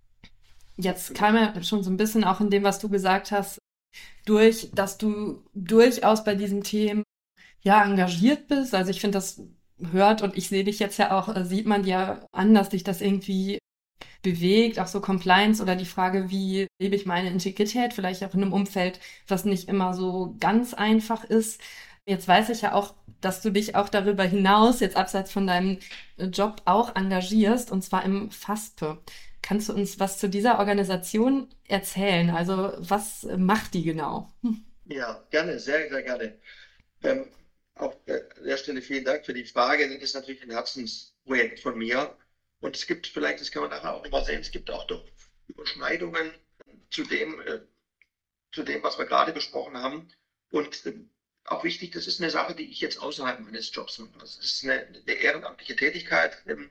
Jetzt absolut. kam ja schon so ein bisschen auch in dem, was du gesagt hast, durch, dass du durchaus bei diesem Thema ja engagiert bist. Also ich finde, das hört und ich sehe dich jetzt ja auch, äh, sieht man ja an, dass dich das irgendwie bewegt, auch so Compliance oder die Frage, wie lebe ich meine Integrität, vielleicht auch in einem Umfeld, was nicht immer so ganz einfach ist. Jetzt weiß ich ja auch, dass du dich auch darüber hinaus, jetzt abseits von deinem äh, Job, auch engagierst, und zwar im FASPE. Kannst du uns was zu dieser Organisation erzählen? Also was macht die genau? Ja, gerne, sehr, sehr gerne. Ähm, auch äh, an der Stelle vielen Dank für die Frage. Das ist natürlich ein Herzensprojekt von mir. Und es gibt vielleicht, das kann man nachher auch nochmal sehen, es gibt auch doch Überschneidungen zu dem, äh, zu dem, was wir gerade besprochen haben. Und ähm, auch wichtig, das ist eine Sache, die ich jetzt außerhalb meines Jobs mache. Das ist eine, eine ehrenamtliche Tätigkeit. Ähm,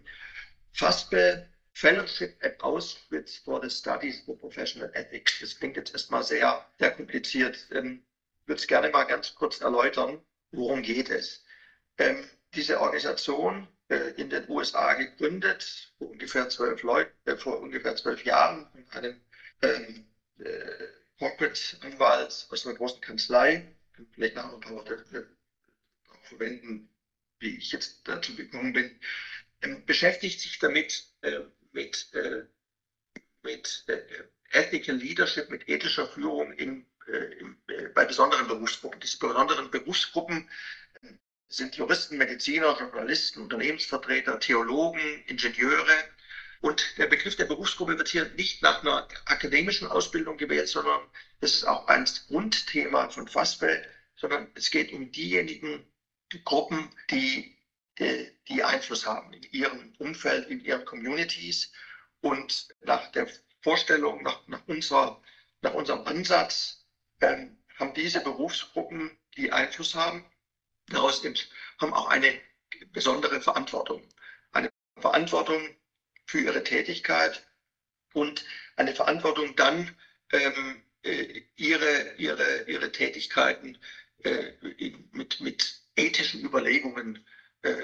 FASPE Fellowship at Auschwitz for the Studies of Professional Ethics. Das klingt jetzt erstmal sehr, sehr kompliziert. Ähm, ich würde es gerne mal ganz kurz erläutern, worum geht es. Ähm, diese Organisation äh, in den U S A gegründet, vor ungefähr zwölf Leuten, äh, vor ungefähr zwölf Jahren von einem ähm, äh, Corporate-Anwalt aus einer großen Kanzlei. Vielleicht nachher noch ein paar Worte äh, verwenden, wie ich jetzt dazu gekommen bin. Ähm, beschäftigt sich damit äh, mit, äh, mit äh, Ethical Leadership, mit ethischer Führung in, äh, in, äh, bei besonderen Berufsgruppen. Diese besonderen Berufsgruppen sind Juristen, Mediziner, Journalisten, Unternehmensvertreter, Theologen, Ingenieure. Und der Begriff der Berufsgruppe wird hier nicht nach einer akademischen Ausbildung gewählt, sondern das ist auch ein Grundthema von FASPE, sondern es geht um diejenigen Gruppen, die, die Einfluss haben in ihrem Umfeld, in ihren Communities. Und nach der Vorstellung, nach, nach, unserer, nach unserem Ansatz ähm, haben diese Berufsgruppen, die Einfluss haben, daraus haben auch eine besondere Verantwortung. Eine Verantwortung für ihre Tätigkeit und eine Verantwortung dann, ähm, äh, ihre, ihre, ihre Tätigkeiten äh, mit, mit ethischen Überlegungen äh,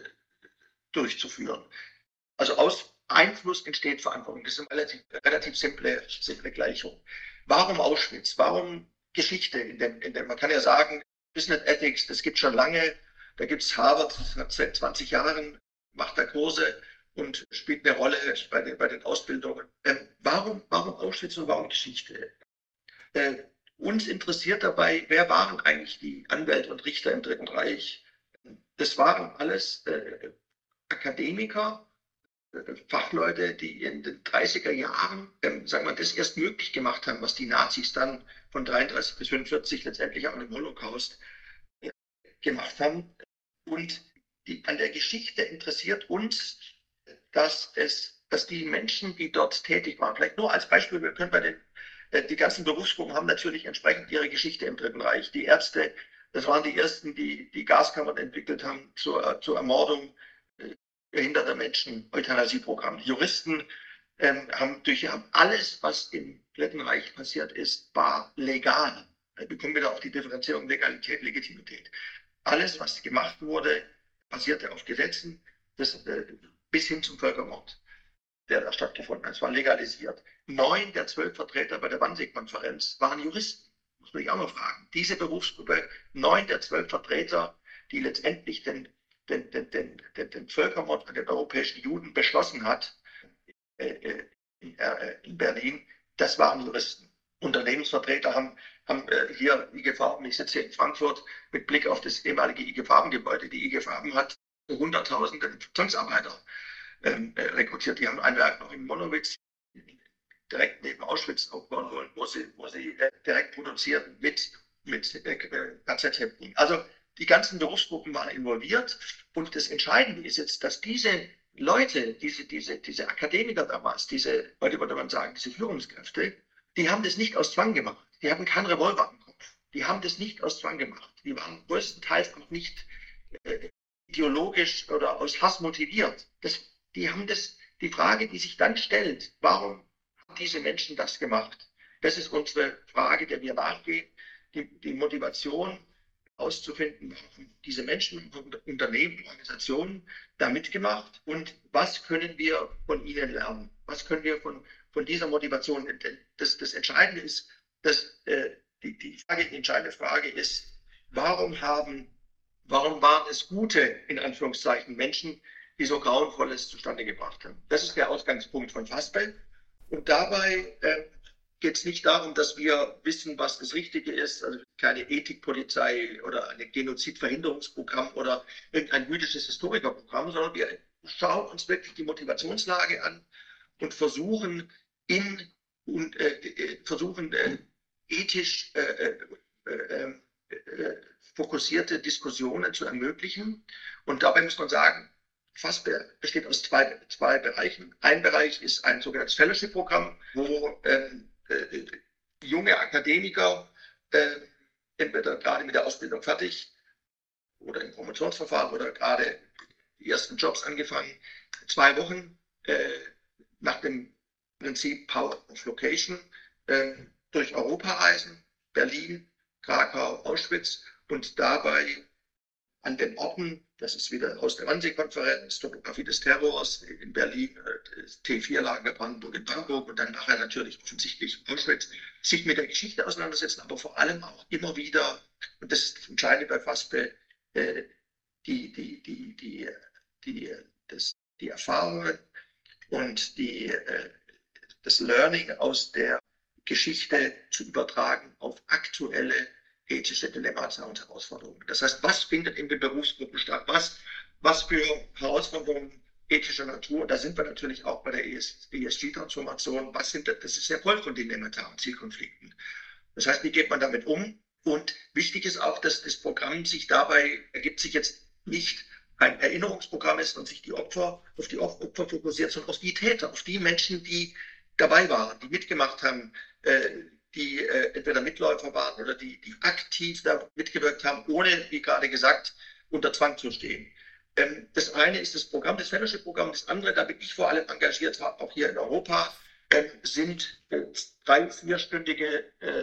durchzuführen. Also aus Einfluss entsteht Verantwortung. Das ist eine relativ, relativ simple, simple Gleichung. Warum Auschwitz? Warum Geschichte? In dem, in dem, man kann ja sagen, Business Ethics, das gibt schon lange. Da gibt es Harvard, hat seit zwanzig Jahren, macht da Kurse und spielt eine Rolle bei den, bei den Ausbildungen. Ähm, warum, warum Auschwitz und warum Geschichte? Äh, uns interessiert dabei, wer waren eigentlich die Anwälte und Richter im Dritten Reich? Das waren alles äh, Akademiker, äh, Fachleute, die in den dreißiger Jahren, ähm, sagen wir, das erst möglich gemacht haben, was die Nazis dann von dreiunddreißig bis fünfundvierzig letztendlich auch im Holocaust äh, gemacht haben. Und die, an der Geschichte interessiert uns, dass es, dass die Menschen, die dort tätig waren, vielleicht nur als Beispiel, wir können bei den, äh, die ganzen Berufsgruppen haben natürlich entsprechend ihre Geschichte im Dritten Reich. Die Ärzte, das waren die ersten, die die Gaskammern entwickelt haben zur, zur Ermordung äh, behinderter Menschen, Euthanasieprogramm. Die Juristen ähm, haben durch haben alles, was im Dritten Reich passiert ist, war legal. Da bekommen wir da auch die Differenzierung Legalität, Legitimität. Alles, was gemacht wurde, basierte auf Gesetzen, das, äh, bis hin zum Völkermord, der da stattgefunden hat. Es war legalisiert. Neun der zwölf Vertreter bei der Wannsee-Konferenz waren Juristen. Muss man sich auch mal fragen. Diese Berufsgruppe, neun der zwölf Vertreter, die letztendlich den, den, den, den, den, den Völkermord an den europäischen Juden beschlossen hat, äh, in, äh, in Berlin, das waren Juristen. Unternehmensvertreter haben, haben äh, hier I G Farben, ich sitze hier in Frankfurt, mit Blick auf das ehemalige I G Farben-Gebäude. Die I G Farben hat Hunderttausende Zwangsarbeiter ähm, äh, rekrutiert. Die haben ein Werk noch in Monowitz, direkt neben Auschwitz aufbauen wollen, wo sie, wo sie äh, direkt produzieren mit, mit äh, K Z-Häftlingen. Also die ganzen Berufsgruppen waren involviert. Und das Entscheidende ist jetzt, dass diese Leute, diese, diese, diese Akademiker damals, diese, heute würde man sagen, diese Führungskräfte, die haben das nicht aus Zwang gemacht. Die hatten keinen Revolver im Kopf. Die haben das nicht aus Zwang gemacht. Die waren größtenteils auch nicht äh, ideologisch oder aus Hass motiviert. Das, die haben das, die Frage, die sich dann stellt, warum haben diese Menschen das gemacht? Das ist unsere Frage, der wir nachgehen, die, die Motivation auszufinden, warum diese Menschen, Unternehmen, Organisationen da mitgemacht und was können wir von ihnen lernen? Was können wir von, von dieser Motivation? Das, das Entscheidende ist, dass äh, die, die, Frage, die entscheidende Frage ist, warum haben Warum waren es gute, in Anführungszeichen, Menschen, die so Grauenvolles zustande gebracht haben? Das ist der Ausgangspunkt von Fasbell. Und dabei äh, geht es nicht darum, dass wir wissen, was das Richtige ist, also keine Ethikpolizei oder ein Genozidverhinderungsprogramm oder irgendein jüdisches Historikerprogramm, sondern wir schauen uns wirklich die Motivationslage an und versuchen, in, und, äh, versuchen äh, ethisch äh, äh, äh, äh, fokussierte Diskussionen zu ermöglichen. Und dabei muss man sagen, Fasbell besteht aus zwei, zwei Bereichen. Ein Bereich ist ein sogenanntes Fellowship-Programm, wo ähm, äh, junge Akademiker äh, entweder gerade mit der Ausbildung fertig oder im Promotionsverfahren oder gerade die ersten Jobs angefangen, zwei Wochen äh, nach dem Prinzip Power of Location äh, durch Europa reisen, Berlin, Krakau, Auschwitz, und dabei an den Orten, das ist wieder aus der Wannsee-Konferenz, Topographie des Terrors in Berlin, T vier Lager Brandenburg in Brandenburg und dann nachher natürlich offensichtlich Auschwitz, sich mit der Geschichte auseinandersetzen, aber vor allem auch immer wieder, und das ist das Entscheidende bei Fasbell, äh, die, die, die, die, die, das, die Erfahrungen und die, äh, das Learning aus der Geschichte zu übertragen auf aktuelle ethische Dilemmata und Herausforderungen. Das heißt, was findet in den Berufsgruppen statt? Was, was für Herausforderungen ethischer Natur? Da sind wir natürlich auch bei der E S G-Transformation. Was sind das? Das ist sehr voll von Dilemmata und Zielkonflikten. Das heißt, wie geht man damit um? Und wichtig ist auch, dass das Programm sich dabei ergibt, sich jetzt nicht ein Erinnerungsprogramm ist und sich die Opfer auf die Opfer fokussiert, sondern auf die Täter, auf die Menschen, die dabei waren, die mitgemacht haben, äh, die äh, entweder Mitläufer waren oder die, die aktiv da mitgewirkt haben, ohne, wie gerade gesagt, unter Zwang zu stehen. Ähm, das eine ist das Programm, das Fellowship-Programm. Das andere, da bin ich vor allem engagiert, auch hier in Europa, ähm, sind äh, drei-, vierstündige äh,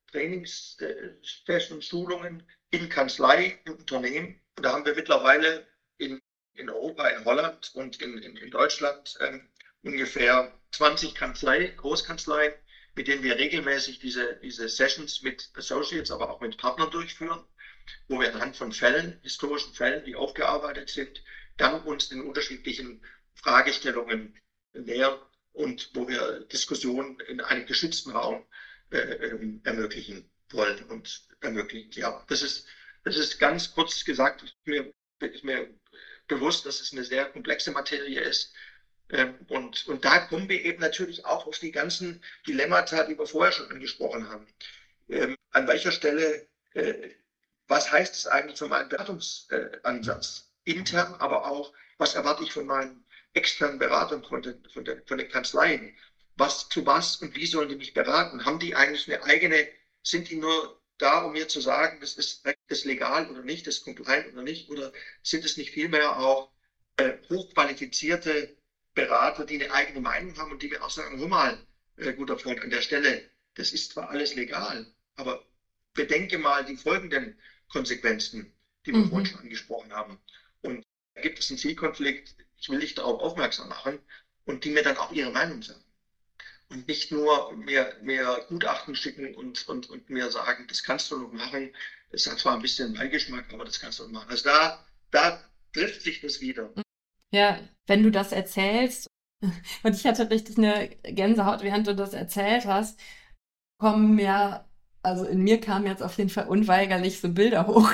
Trainings-Sessions, Schulungen in Kanzlei, im Unternehmen. Und da haben wir mittlerweile in, in Europa, in Holland und in, in, in Deutschland ähm, ungefähr zwanzig Kanzleien, Großkanzleien, mit denen wir regelmäßig diese, diese Sessions mit Associates, aber auch mit Partnern durchführen. wo wir anhand von Fällen, historischen Fällen, die aufgearbeitet sind, dann uns den unterschiedlichen Fragestellungen nähern und wo wir Diskussionen in einem geschützten Raum äh, ähm, ermöglichen wollen und ermöglichen. Ja, das ist, das ist ganz kurz gesagt, ist mir, ist mir bewusst, dass es eine sehr komplexe Materie ist. Ähm, und, und da kommen wir eben natürlich auch auf die ganzen Dilemmata, die wir vorher schon angesprochen haben. Ähm, an welcher Stelle, äh, was heißt es eigentlich für meinen Beratungsansatz? Intern, aber auch, was erwarte ich von meinen externen Beratern, von den, von den, von den Kanzleien? Was zu was und wie sollen die mich beraten? Haben die eigentlich eine eigene, sind die nur da, um mir zu sagen, das ist, das legal oder nicht, das ist compliant oder nicht? Oder sind es nicht vielmehr auch äh, hochqualifizierte Berater, die eine eigene Meinung haben und die mir auch sagen, hör mal, äh, guter Freund, an der Stelle, das ist zwar alles legal, aber bedenke mal die folgenden Konsequenzen, die wir mhm. vorhin schon angesprochen haben. Und da gibt es einen Zielkonflikt, ich will dich darauf aufmerksam machen und die mir dann auch ihre Meinung sagen. Und nicht nur mir, mir Gutachten schicken und, und, und mir sagen, das kannst du noch machen. Das hat zwar ein bisschen Beigeschmack, aber das kannst du noch machen. Also da, da trifft sich das wieder. Ja, wenn du das erzählst, und ich hatte richtig eine Gänsehaut, während du das erzählt hast, kommen mir, also in mir kamen jetzt auf jeden Fall unweigerlich so Bilder hoch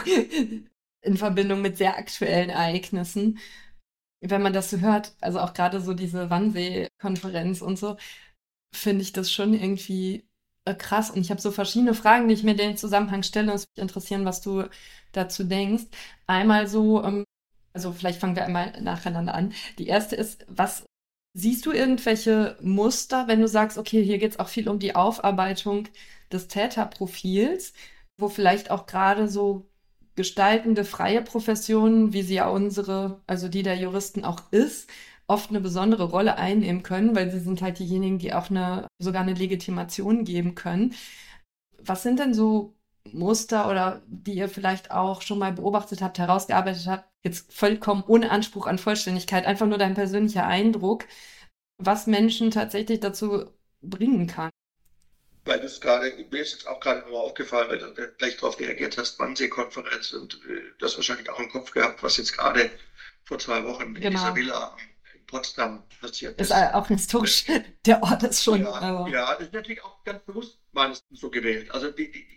in Verbindung mit sehr aktuellen Ereignissen. Wenn man das so hört, also auch gerade so diese Wannsee-Konferenz und so, finde ich das schon irgendwie äh, krass. Und ich habe so verschiedene Fragen, die ich mir in den Zusammenhang stelle. Und es würde mich interessieren, was du dazu denkst. Einmal so, ähm, also vielleicht fangen wir einmal nacheinander an. Die erste ist, was siehst du irgendwelche Muster, wenn du sagst, okay, hier geht es auch viel um die Aufarbeitung des Täterprofils, wo vielleicht auch gerade so gestaltende freie Professionen, wie sie ja unsere, also die der Juristen auch ist, oft eine besondere Rolle einnehmen können, weil sie sind halt diejenigen, die auch eine, sogar eine Legitimation geben können. Was sind denn so Muster oder die ihr vielleicht auch schon mal beobachtet habt, herausgearbeitet habt, jetzt vollkommen ohne Anspruch an Vollständigkeit, einfach nur dein persönlicher Eindruck, was Menschen tatsächlich dazu bringen kann? Weil du es gerade, mir ist jetzt auch gerade nochmal aufgefallen, weil du gleich darauf reagiert hast, Wannsee-Konferenz und äh, du hast wahrscheinlich auch im Kopf gehabt, was jetzt gerade vor zwei Wochen in Genau. dieser Villa in Potsdam passiert ist. Ist auch historisch, der Ort ist schon. Ja, aber. ja, das ist natürlich auch ganz bewusst meines so gewählt. Also die, die,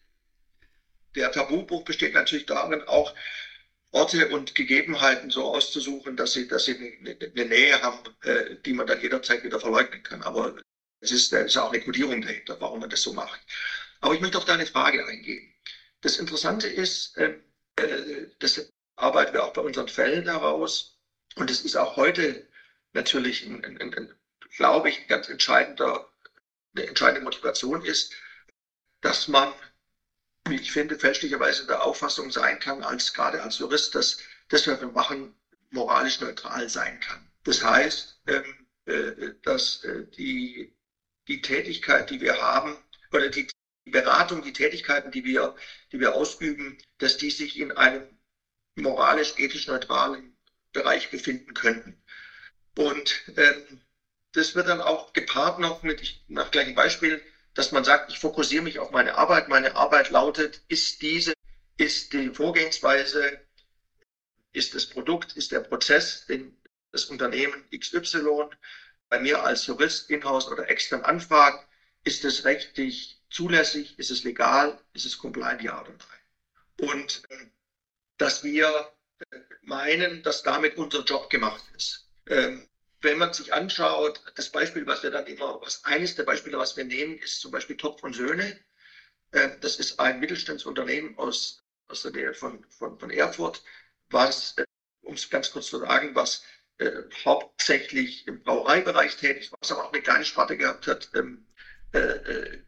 der Tabubruch besteht natürlich darin, auch Orte und Gegebenheiten so auszusuchen, dass sie, dass sie eine, eine Nähe haben, äh, die man dann jederzeit wieder verleugnen kann. Aber es ist, es ist auch eine Kodierung dahinter, warum man das so macht. Aber ich möchte auf deine Frage eingehen. Das Interessante ist, äh, das arbeiten wir auch bei unseren Fällen heraus. Und es ist auch heute natürlich, ein, ein, ein, glaube ich, ein ganz entscheidender, eine entscheidende Motivation ist, dass man, wie ich finde, fälschlicherweise in der Auffassung sein kann, als gerade als Jurist, dass das, was wir machen, moralisch neutral sein kann. Das heißt, ähm, äh, dass äh, die, die Tätigkeit, die wir haben, oder die, die Beratung, die Tätigkeiten, die wir, die wir ausüben, dass die sich in einem moralisch, ethisch neutralen Bereich befinden könnten. Und ähm, das wird dann auch gepaart noch mit, ich mache gleich ein Beispiel, dass man sagt, ich fokussiere mich auf meine Arbeit. Meine Arbeit lautet, ist diese, ist die Vorgehensweise, ist das Produkt, ist der Prozess, den das Unternehmen X Y bei mir als Jurist, Inhouse oder extern anfragt, ist es rechtlich zulässig, ist es legal, ist es compliant, ja oder nein. Und äh, dass wir meinen, dass damit unser Job gemacht ist. Ähm, wenn man sich anschaut, das Beispiel, was wir dann immer, was eines der Beispiele, was wir nehmen, ist zum Beispiel Topf und Söhne. Äh, das ist ein Mittelstandsunternehmen aus, aus der Nähe von, von, von Erfurt, was, äh, um es ganz kurz zu sagen, was äh, hauptsächlich im Brauereibereich tätig war, was aber auch eine kleine Sparte gehabt hat, ähm, äh, äh,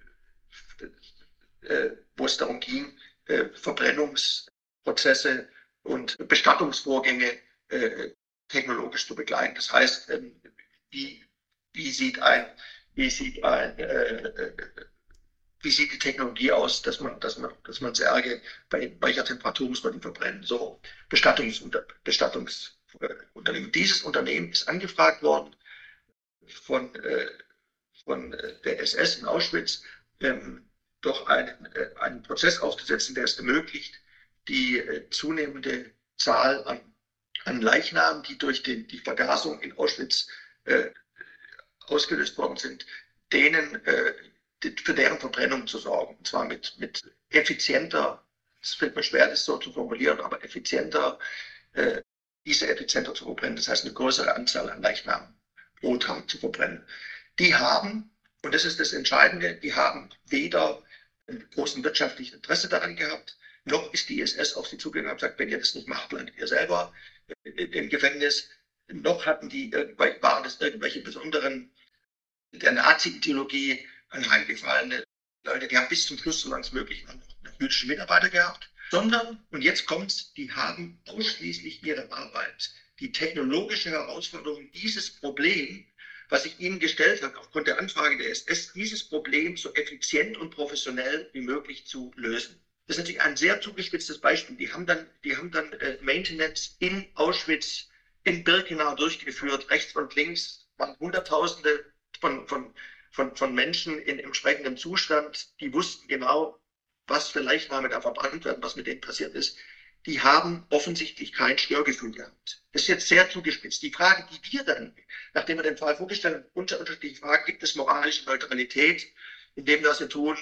äh, wo es darum ging, äh, Verbrennungsprozesse und Bestattungsvorgänge äh, technologisch zu begleiten. Das heißt, ähm, wie, wie sieht ein, wie sieht ein, äh, wie sieht die Technologie aus, dass man, dass man, dass man Särge bei welcher Temperatur muss man die verbrennen? So Bestattungs, Bestattungsunternehmen. Dieses Unternehmen ist angefragt worden von, äh, von der S S in Auschwitz, ähm, doch einen, äh, einen Prozess aufzusetzen, der es ermöglicht, die äh, zunehmende Zahl an, an Leichnamen, die durch den, die Vergasung in Auschwitz äh, ausgelöst worden sind, denen, äh, die, für deren Verbrennung zu sorgen. Und zwar mit, mit effizienter, es fällt mir schwer, das so zu formulieren, aber effizienter, äh, diese effizienter zu verbrennen. Das heißt, eine größere Anzahl an Leichnamen pro Tag zu verbrennen. Die haben, und das ist das Entscheidende, die haben weder einen großen wirtschaftlichen Interesse daran gehabt, noch ist die I S S auf sie zugegangen und gesagt, wenn ihr das nicht macht, landet ihr selber im Gefängnis. Noch hatten die, waren es irgendwelche besonderen, der Nazi-Ideologie anheimgefallene Leute, die haben bis zum Schluss, solange es möglich war, noch jüdische Mitarbeiter gehabt, sondern, und jetzt kommt's, die haben ausschließlich ihre Arbeit, die technologische Herausforderung, dieses Problem, was ich Ihnen gestellt habe, aufgrund der Anfrage der S S, dieses Problem so effizient und professionell wie möglich zu lösen. Das ist natürlich ein sehr zugespitztes Beispiel. Die haben dann, die haben dann äh, Maintenance in Auschwitz, in Birkenau durchgeführt, rechts und links waren Hunderttausende von, von, von, von Menschen in entsprechendem Zustand, die wussten genau, was für Leichname da verbrannt werden, was mit denen passiert ist. Die haben offensichtlich kein Störgefühl gehabt. Das ist jetzt sehr zugespitzt. Die Frage, die wir dann, nachdem wir den Fall vorgestellt haben, unter unterschiedlichen Fragen, gibt es moralische Neutralität, indem wir das tun,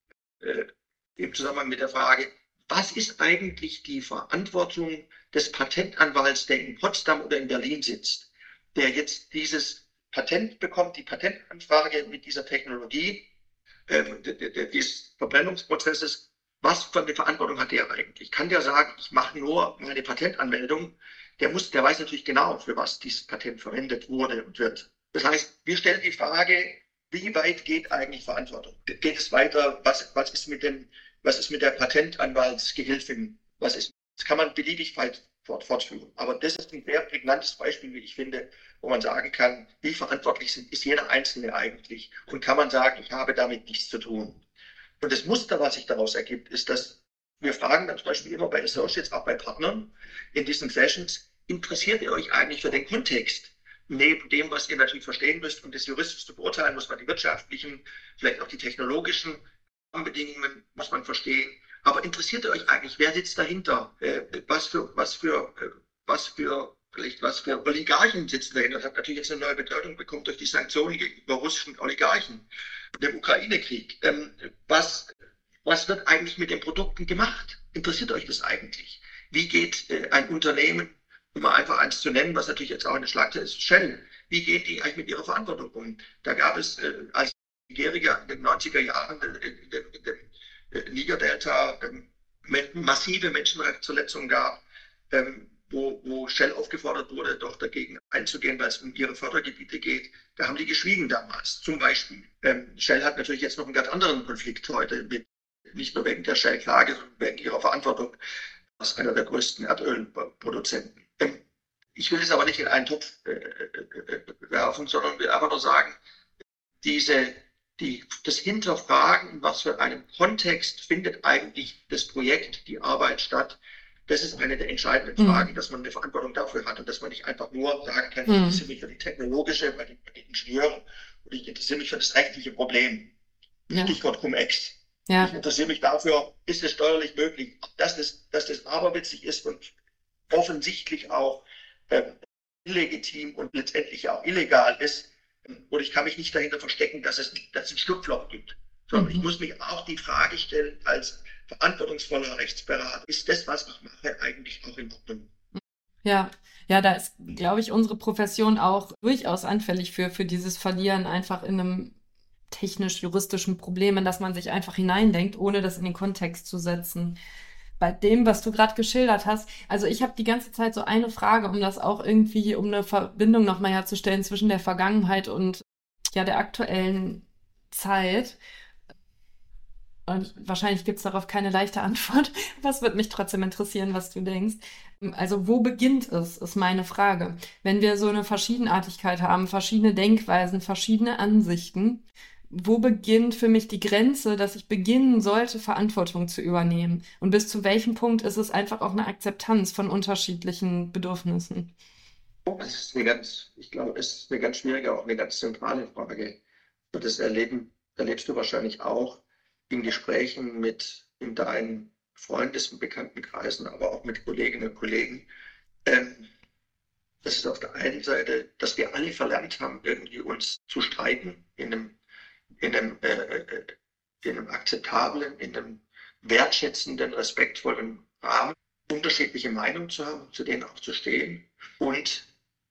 äh, im Zusammenhang mit der Frage, was ist eigentlich die Verantwortung des Patentanwalts, der in Potsdam oder in Berlin sitzt, der jetzt dieses Patent bekommt, die Patentanfrage mit dieser Technologie, äh, des Verbrennungsprozesses, was für eine Verantwortung hat der eigentlich? Kann der sagen, ich mache nur meine Patentanmeldung? Der muss, der weiß natürlich genau, für was dieses Patent verwendet wurde und wird. Das heißt, wir stellen die Frage, wie weit geht eigentlich Verantwortung? Geht es weiter? Was, was ist mit dem, was ist mit der Patentanwaltsgehilfin? Was ist? Das kann man beliebig weit fort, fortführen. Aber das ist ein sehr prägnantes Beispiel, wie ich finde, wo man sagen kann, wie verantwortlich sind, ist jeder Einzelne eigentlich? Und kann man sagen, ich habe damit nichts zu tun? Und das Muster, was sich daraus ergibt, ist, dass wir fragen dann zum Beispiel immer bei Associates, auch bei Partnern in diesen Sessions, interessiert ihr euch eigentlich für den Kontext? Neben dem, was ihr natürlich verstehen müsst, um das juristisch zu beurteilen, muss man die wirtschaftlichen, vielleicht auch die technologischen Bedingungen muss man verstehen. Aber interessiert ihr euch eigentlich, wer sitzt dahinter? Was für, was für, was für, vielleicht was für Oligarchen sitzen dahinter? Das hat natürlich jetzt eine neue Bedeutung bekommen durch die Sanktionen gegenüber russischen Oligarchen, dem Ukraine-Krieg. Was, was wird eigentlich mit den Produkten gemacht? Interessiert euch das eigentlich? Wie geht ein Unternehmen, um mal einfach eins zu nennen, was natürlich jetzt auch eine Schlagzeile ist, Shell, wie gehen die eigentlich mit ihrer Verantwortung um? Da gab es äh, als Nigeria in den neunziger Jahren in dem Niger-Delta ähm, massive Menschenrechtsverletzungen gab, ähm, wo, wo Shell aufgefordert wurde, doch dagegen einzugehen, weil es um ihre Fördergebiete geht. Da haben die geschwiegen damals, zum Beispiel. Ähm, Shell hat natürlich jetzt noch einen ganz anderen Konflikt heute, mit, nicht nur wegen der Shell-Klage, sondern wegen ihrer Verantwortung als einer der größten Erdölproduzenten. Ich will es aber nicht in einen Topf äh, äh, werfen, sondern will einfach nur sagen, diese, die, das Hinterfragen, in was für einem Kontext findet eigentlich das Projekt, die Arbeit statt, das ist eine der entscheidenden Fragen, mhm. dass man eine Verantwortung dafür hat und dass man nicht einfach nur sagen kann, mhm. ich interessiere mich für die technologische, bei den, bei den Ingenieuren und ich interessiere mich für das rechtliche Problem. Ja. Stichwort Cum-Ex. Ja. Ich interessiere mich dafür, ist es steuerlich möglich, dass das, dass das aberwitzig ist und offensichtlich auch ähm, illegitim und letztendlich auch illegal ist. Und ich kann mich nicht dahinter verstecken, dass es, dass es ein Schlupfloch gibt. Sondern mhm. ich muss mich auch die Frage stellen, als verantwortungsvoller Rechtsberater, ist das, was ich mache, eigentlich auch in Ordnung? Ja, ja, da ist, glaube ich, unsere Profession auch durchaus anfällig für, für dieses Verlieren einfach in einem technisch-juristischen Problem, in das man sich einfach hineindenkt, ohne das in den Kontext zu setzen. Bei dem, was du gerade geschildert hast, also ich habe die ganze Zeit so eine Frage, um das auch irgendwie, um eine Verbindung nochmal herzustellen zwischen der Vergangenheit und ja der aktuellen Zeit. Und wahrscheinlich gibt es darauf keine leichte Antwort. Was wird mich trotzdem interessieren, was du denkst? Also wo beginnt es, ist meine Frage. Wenn wir so eine Verschiedenartigkeit haben, verschiedene Denkweisen, verschiedene Ansichten, wo beginnt für mich die Grenze, dass ich beginnen sollte, Verantwortung zu übernehmen? Und bis zu welchem Punkt ist es einfach auch eine Akzeptanz von unterschiedlichen Bedürfnissen? Das ist eine ganz, ich glaube, das ist eine ganz schwierige, auch eine ganz zentrale Frage. Und das erleben, erlebst du wahrscheinlich auch in Gesprächen mit in deinen Freundes- und Bekanntenkreisen, aber auch mit Kolleginnen und Kollegen. Ähm, das ist auf der einen Seite, dass wir alle verlernt haben, irgendwie uns zu streiten in einem, in einem, äh, äh, in einem akzeptablen, in einem wertschätzenden, respektvollen Rahmen, unterschiedliche Meinungen zu haben, zu denen auch zu stehen und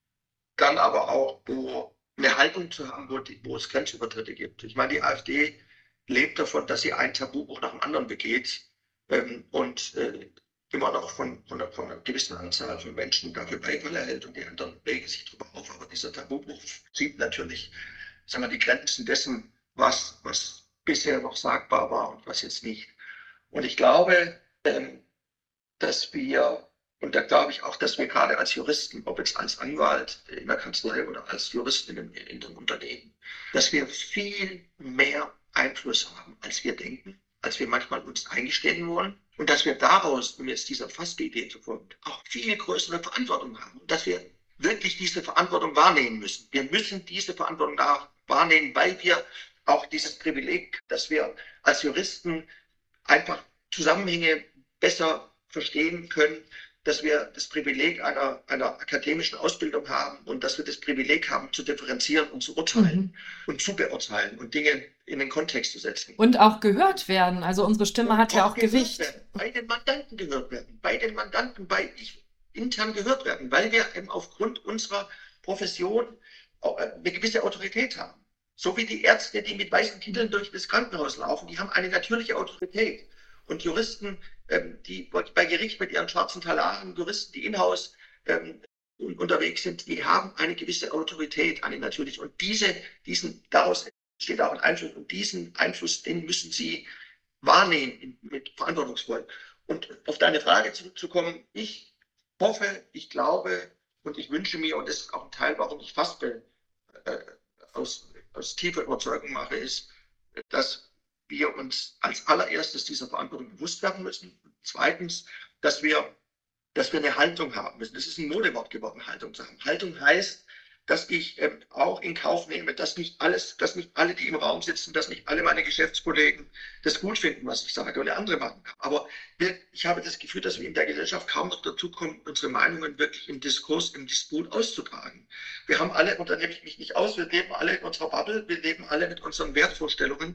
dann aber auch wo eine Haltung zu haben, wo, die, wo es Grenzübertritte gibt. Ich meine, die AfD lebt davon, dass sie ein Tabubruch nach dem anderen begeht ähm, und äh, immer noch von, von, einer, von einer gewissen Anzahl von Menschen dafür Beifall erhält und die anderen regen sich darüber auf. Aber dieser Tabubruch sieht natürlich, sagen wir, die Grenzen dessen, was, was bisher noch sagbar war und was jetzt nicht. Und ich glaube, ähm, dass wir, und da glaube ich auch, dass wir gerade als Juristen, ob jetzt als Anwalt in der Kanzlei oder als Jurist in einem, in einem Unternehmen, dass wir viel mehr Einfluss haben, als wir denken, als wir manchmal uns eingestehen wollen. Und dass wir daraus, um jetzt dieser Fassidee zu folgen, auch viel größere Verantwortung haben. Und dass wir wirklich diese Verantwortung wahrnehmen müssen. Wir müssen diese Verantwortung wahrnehmen, weil wir auch dieses Privileg, dass wir als Juristen einfach Zusammenhänge besser verstehen können, dass wir das Privileg einer, einer akademischen Ausbildung haben und dass wir das Privileg haben, zu differenzieren und zu urteilen mhm. und zu beurteilen und Dinge in den Kontext zu setzen. Und auch gehört werden. Also unsere Stimme und hat ja auch Gewicht. Werden, bei den Mandanten gehört werden, bei den Mandanten, bei ich, intern gehört werden, weil wir eben aufgrund unserer Profession eine gewisse Autorität haben. So wie die Ärzte, die mit weißen Kitteln durch das Krankenhaus laufen, die haben eine natürliche Autorität. Und Juristen, ähm, die bei Gericht mit ihren schwarzen Talaren, Juristen, die in-house ähm, unterwegs sind, die haben eine gewisse Autorität, eine natürliche. Und diese, diesen, daraus entsteht auch ein Einfluss. Und diesen Einfluss, den müssen sie wahrnehmen mit verantwortungsvoll. Und auf deine Frage zurückzukommen, ich hoffe, ich glaube und ich wünsche mir, und das ist auch ein Teil, warum ich fast äh, aus, aus tiefer Überzeugung mache, ist, dass wir uns als allererstes dieser Verantwortung bewusst werden müssen. Zweitens, dass wir, dass wir eine Haltung haben müssen. Das ist ein Modewort geworden, Haltung zu haben. Haltung heißt, dass ich ähm, auch in Kauf nehme, dass nicht alles, dass nicht alle, die im Raum sitzen, dass nicht alle meine Geschäftskollegen das gut finden, was ich sage, oder andere machen. Aber wir, ich habe das Gefühl, dass wir in der Gesellschaft kaum noch dazu kommen, unsere Meinungen wirklich im Diskurs, im Disput auszutragen. Wir haben alle, und da nehme ich mich nicht aus, wir leben alle in unserer Bubble, wir leben alle mit unseren Wertvorstellungen.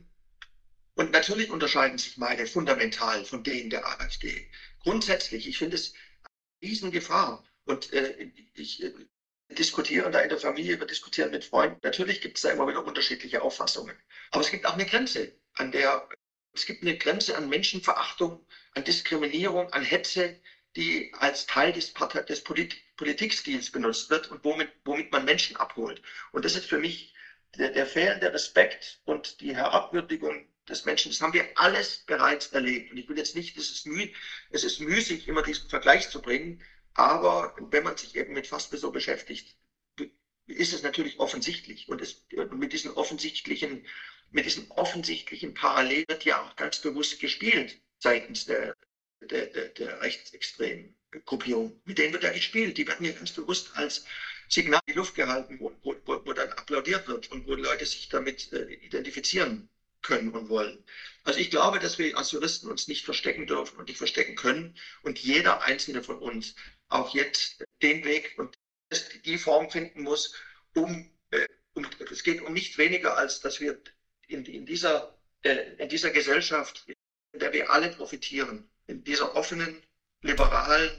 Und natürlich unterscheiden sich meine fundamental von denen der AfD. Grundsätzlich, ich finde es eine Riesengefahr. Und äh, ich äh, diskutiere da in der Familie, wir diskutieren mit Freunden. Natürlich gibt es da immer wieder unterschiedliche Auffassungen. Aber es gibt auch eine Grenze, an der es gibt eine Grenze an Menschenverachtung, an Diskriminierung, an Hetze, die als Teil des, Partei des Polit Politikstils benutzt wird und womit, womit man Menschen abholt. Und das ist für mich der, der fehlende Respekt und die Herabwürdigung des Menschen. Das haben wir alles bereits erlebt. Und ich will jetzt nicht, es ist, müh, es ist müßig, immer diesen Vergleich zu bringen, aber wenn man sich eben mit Faspe so beschäftigt, ist es natürlich offensichtlich. Und es, mit diesen offensichtlichen, mit diesen offensichtlichen Parallelen wird ja auch ganz bewusst gespielt seitens der, der, der, der rechtsextremen Gruppierung. Mit denen wird ja gespielt. Die werden ja ganz bewusst als Signal in die Luft gehalten, wo, wo, wo dann applaudiert wird und wo Leute sich damit äh, identifizieren können und wollen. Also ich glaube, dass wir als Juristen uns nicht verstecken dürfen und nicht verstecken können und jeder einzelne von uns auch jetzt den Weg und die Form finden muss, um, äh, um es geht um nichts weniger, als dass wir in, in, dieser, äh, in dieser Gesellschaft, in der wir alle profitieren, in dieser offenen, liberalen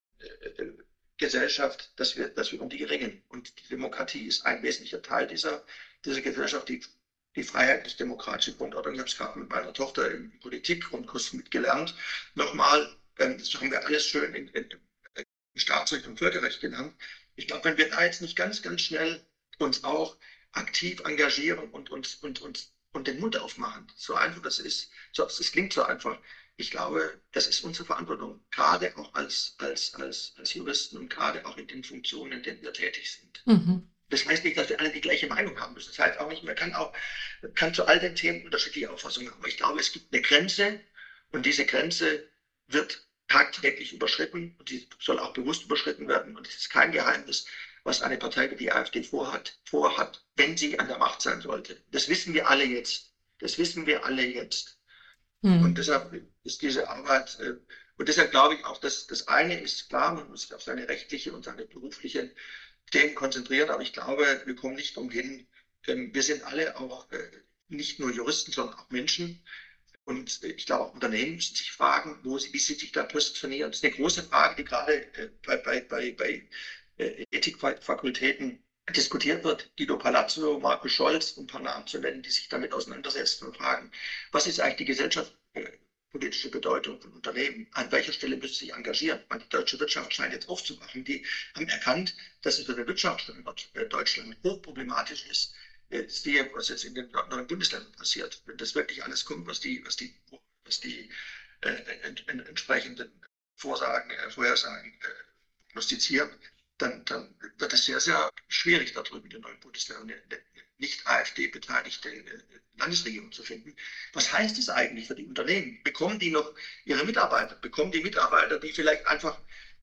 äh, Gesellschaft, dass wir, dass wir um die ringen. Und die Demokratie ist ein wesentlicher Teil dieser, dieser Gesellschaft, die Die freiheitlich-demokratische Grundordnung. Ich habe es gerade mit meiner Tochter im Politikgrundkurs mitgelernt. Nochmal, das haben wir alles schön in, in, in Staatsrecht und Völkerrecht gelernt. Ich glaube, wenn wir da jetzt nicht ganz, ganz schnell uns auch aktiv engagieren und, und, und, und, und den Mund aufmachen, so einfach das ist, so, es klingt so einfach. Ich glaube, das ist unsere Verantwortung, gerade auch als, als, als, als Juristen und gerade auch in den Funktionen, in denen wir tätig sind. Mhm. Das heißt nicht, dass wir alle die gleiche Meinung haben müssen. Das heißt auch nicht, man kann auch kann zu all den Themen unterschiedliche Auffassungen haben. Aber ich glaube, es gibt eine Grenze und diese Grenze wird tagtäglich überschritten und die soll auch bewusst überschritten werden. Und es ist kein Geheimnis, was eine Partei wie die AfD vorhat, vorhat, wenn sie an der Macht sein sollte. Das wissen wir alle jetzt. Das wissen wir alle jetzt. Und Hm. deshalb ist diese Arbeit, äh, und deshalb glaube ich auch, dass das eine ist klar, man muss sich auf seine rechtliche und seine berufliche Themen konzentrieren, aber ich glaube, wir kommen nicht umhin. Ähm, wir sind alle auch äh, nicht nur Juristen, sondern auch Menschen. Und äh, ich glaube, auch Unternehmen müssen sich fragen, wo sie, wie sie sich da positionieren. Das ist eine große Frage, die gerade äh, bei, bei, bei, bei äh, Ethikfakultäten diskutiert wird. Guido Palazzo, Markus Scholz, um ein paar Namen zu nennen, die sich damit auseinandersetzen und fragen, was ist eigentlich die gesellschaftspolitische Bedeutung von Unternehmen? An welcher Stelle müssen sie sich engagieren? Weil die deutsche Wirtschaft scheint jetzt aufzuwachen. Die haben erkannt, dass es für den Wirtschaftsstandort äh, Deutschland hochproblematisch ist, sehe, was jetzt in den neuen Bundesländern passiert. Wenn das wirklich alles kommt, was die, was die, was die äh, ent, ent, entsprechenden Vorsagen, äh, Vorhersagen äh, prognostizieren, dann, dann wird es sehr, sehr schwierig, da drüben in den neuen Bundesländern eine nicht AfD-beteiligte äh, Landesregierung zu finden. Was heißt das eigentlich für die Unternehmen? Bekommen die noch ihre Mitarbeiter? Bekommen die Mitarbeiter, die vielleicht einfach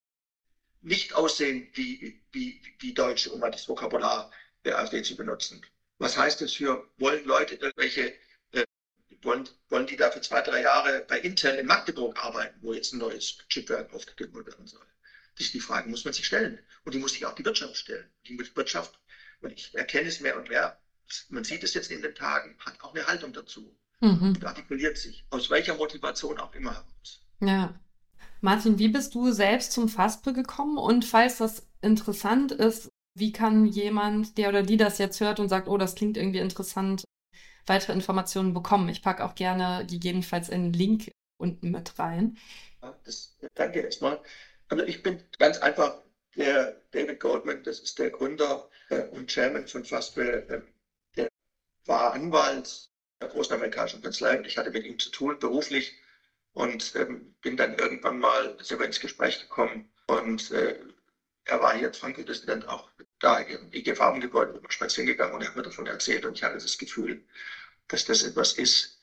nicht aussehen wie, wie, wie Deutsche, um mal das Vokabular der AfD zu benutzen? Was heißt das für, wollen Leute irgendwelche, äh, wollen, wollen die da für zwei, drei Jahre bei Intel in Magdeburg arbeiten, wo jetzt ein neues Chipwerk aufgebaut werden soll? Das die Fragen muss man sich stellen. Und die muss sich auch die Wirtschaft stellen. Die Wirtschaft, und ich erkenne es mehr und mehr, man sieht es jetzt in den Tagen, hat auch eine Haltung dazu Mhm. und artikuliert sich, aus welcher Motivation auch immer heraus. Ja. Martin, wie bist du selbst zum FASPE gekommen? Und falls das interessant ist, wie kann jemand, der oder die das jetzt hört und sagt, oh, das klingt irgendwie interessant, weitere Informationen bekommen? Ich packe auch gerne gegebenenfalls einen Link unten mit rein. Ja, das, danke erstmal. Also ich bin ganz einfach der David Goldman, das ist der Gründer äh, und Chairman von FASPE. Äh, der war Anwalt der großen amerikanischen Kanzlei und ich hatte mit ihm zu tun beruflich und ähm, bin dann irgendwann mal selber ins Gespräch gekommen und äh, er war hier in Frankfurt, ist dann auch da im I G Farbengebäude immer spazieren gegangen und er hat mir davon erzählt und ich hatte das Gefühl, dass das etwas ist,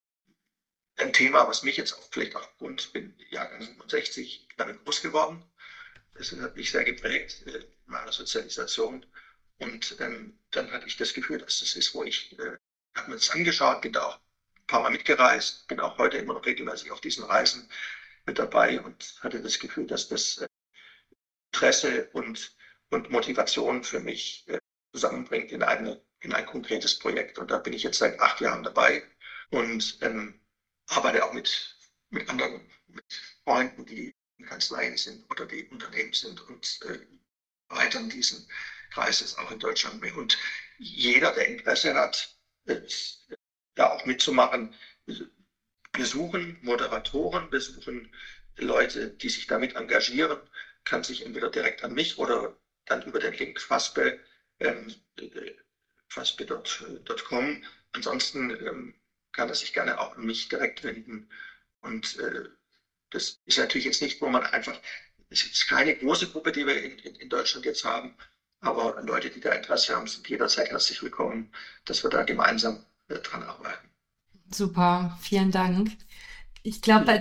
ein Thema, was mich jetzt auch vielleicht auch aufgrund, ich bin Jahrgang siebenundsechzig damit groß geworden. Das hat mich sehr geprägt äh, in meiner Sozialisation. Und ähm, dann hatte ich das Gefühl, dass das ist, wo ich, äh, habe mir das angeschaut, bin da auch ein paar Mal mitgereist, bin auch heute immer noch regelmäßig auf diesen Reisen mit dabei und hatte das Gefühl, dass das äh, Interesse und, und Motivation für mich äh, zusammenbringt in, eine, in ein konkretes Projekt. Und da bin ich jetzt seit acht Jahren dabei und ähm, arbeite auch mit, mit anderen, mit Freunden, die in Kanzleien sind oder die Unternehmen sind und äh, erweitern diesen Kreis auch in Deutschland mehr. Und jeder, der Interesse hat, äh, da auch mitzumachen, wir suchen Moderatoren, wir suchen Leute, die sich damit engagieren, kann sich entweder direkt an mich oder dann über den Link faspe, ähm, faspe Punkt com. Ansonsten ähm, kann er sich gerne auch an mich direkt wenden. Und äh, das ist natürlich jetzt nicht, wo man einfach, es ist keine große Gruppe, die wir in, in, in Deutschland jetzt haben, aber Leute, die da Interesse haben, sind jederzeit herzlich willkommen, dass wir da gemeinsam äh, dran arbeiten. Super, vielen Dank. Ich glaube, bei,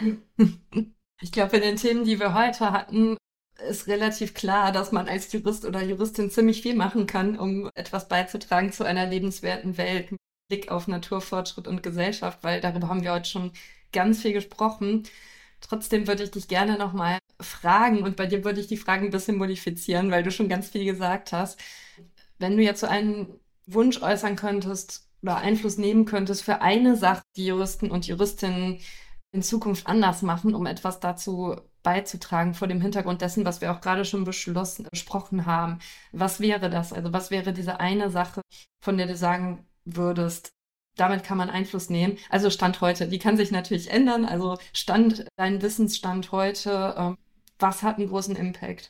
ich glaube, bei den Themen, die wir heute hatten, ist relativ klar, dass man als Jurist oder Juristin ziemlich viel machen kann, um etwas beizutragen zu einer lebenswerten Welt mit Blick auf Naturfortschritt und Gesellschaft, weil darüber haben wir heute schon ganz viel gesprochen. Trotzdem würde ich dich gerne nochmal fragen und bei dir würde ich die Fragen ein bisschen modifizieren, weil du schon ganz viel gesagt hast. Wenn du jetzt so einen Wunsch äußern könntest oder Einfluss nehmen könntest für eine Sache, die Juristen und Juristinnen in Zukunft anders machen, um etwas dazu beizutragen, vor dem Hintergrund dessen, was wir auch gerade schon beschlossen, besprochen haben. Was wäre das? Also was wäre diese eine Sache, von der du sagen würdest, damit kann man Einfluss nehmen? Also Stand heute, die kann sich natürlich ändern. Also Stand, dein Wissensstand heute, ähm, was hat einen großen Impact?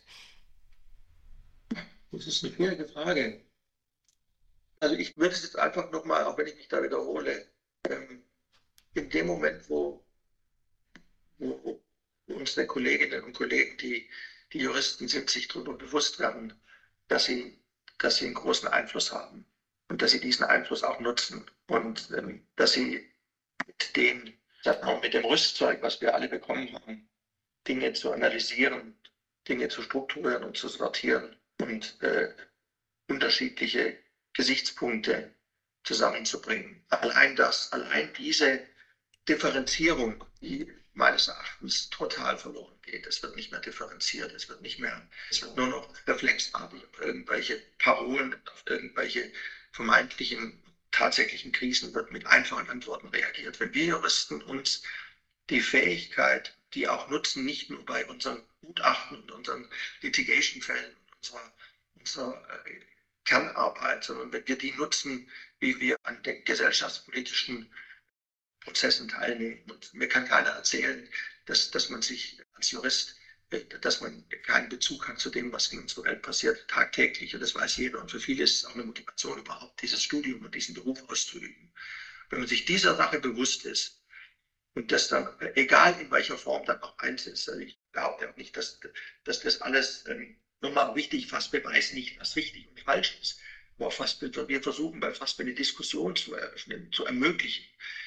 Das ist eine schwierige Frage. Also ich würde es jetzt einfach nochmal, auch wenn ich mich da wiederhole, ähm, in dem Moment, wo, wo, wo unsere Kolleginnen und Kollegen, die, die Juristen sind, sich darüber bewusst werden, dass sie, dass sie einen großen Einfluss haben und dass sie diesen Einfluss auch nutzen und ähm, dass sie mit dem, mit dem Rüstzeug, was wir alle bekommen haben, Dinge zu analysieren, Dinge zu strukturieren und zu sortieren und äh, unterschiedliche Gesichtspunkte zusammenzubringen. Allein das, allein diese Differenzierung, die meines Erachtens total verloren geht. Es wird nicht mehr differenziert, es wird nicht mehr, es wird nur noch reflexartig auf irgendwelche Parolen, auf irgendwelche vermeintlichen, tatsächlichen Krisen wird mit einfachen Antworten reagiert. Wenn wir Juristen uns die Fähigkeit, die auch nutzen, nicht nur bei unseren Gutachten und unseren Litigation-Fällen, unserer, unserer äh, Kernarbeit, sondern wenn wir die nutzen, wie wir an den gesellschaftspolitischen Prozessen teilnehmen. Und mir kann keiner erzählen, dass, dass man sich als Jurist, dass man keinen Bezug hat zu dem, was in unserer Welt passiert, tagtäglich. Und das weiß jeder. Und für viele ist es auch eine Motivation, überhaupt dieses Studium und diesen Beruf auszuüben. Wenn man sich dieser Sache bewusst ist und das dann, egal in welcher Form, dann auch einsetzt, also ich glaube auch nicht, dass, dass das alles, ähm, nochmal wichtig, Fassbeweis nicht, was richtig und falsch ist. Aber Fassbild, wir versuchen bei Fassbild eine Diskussion zu eröffnen, zu ermöglichen,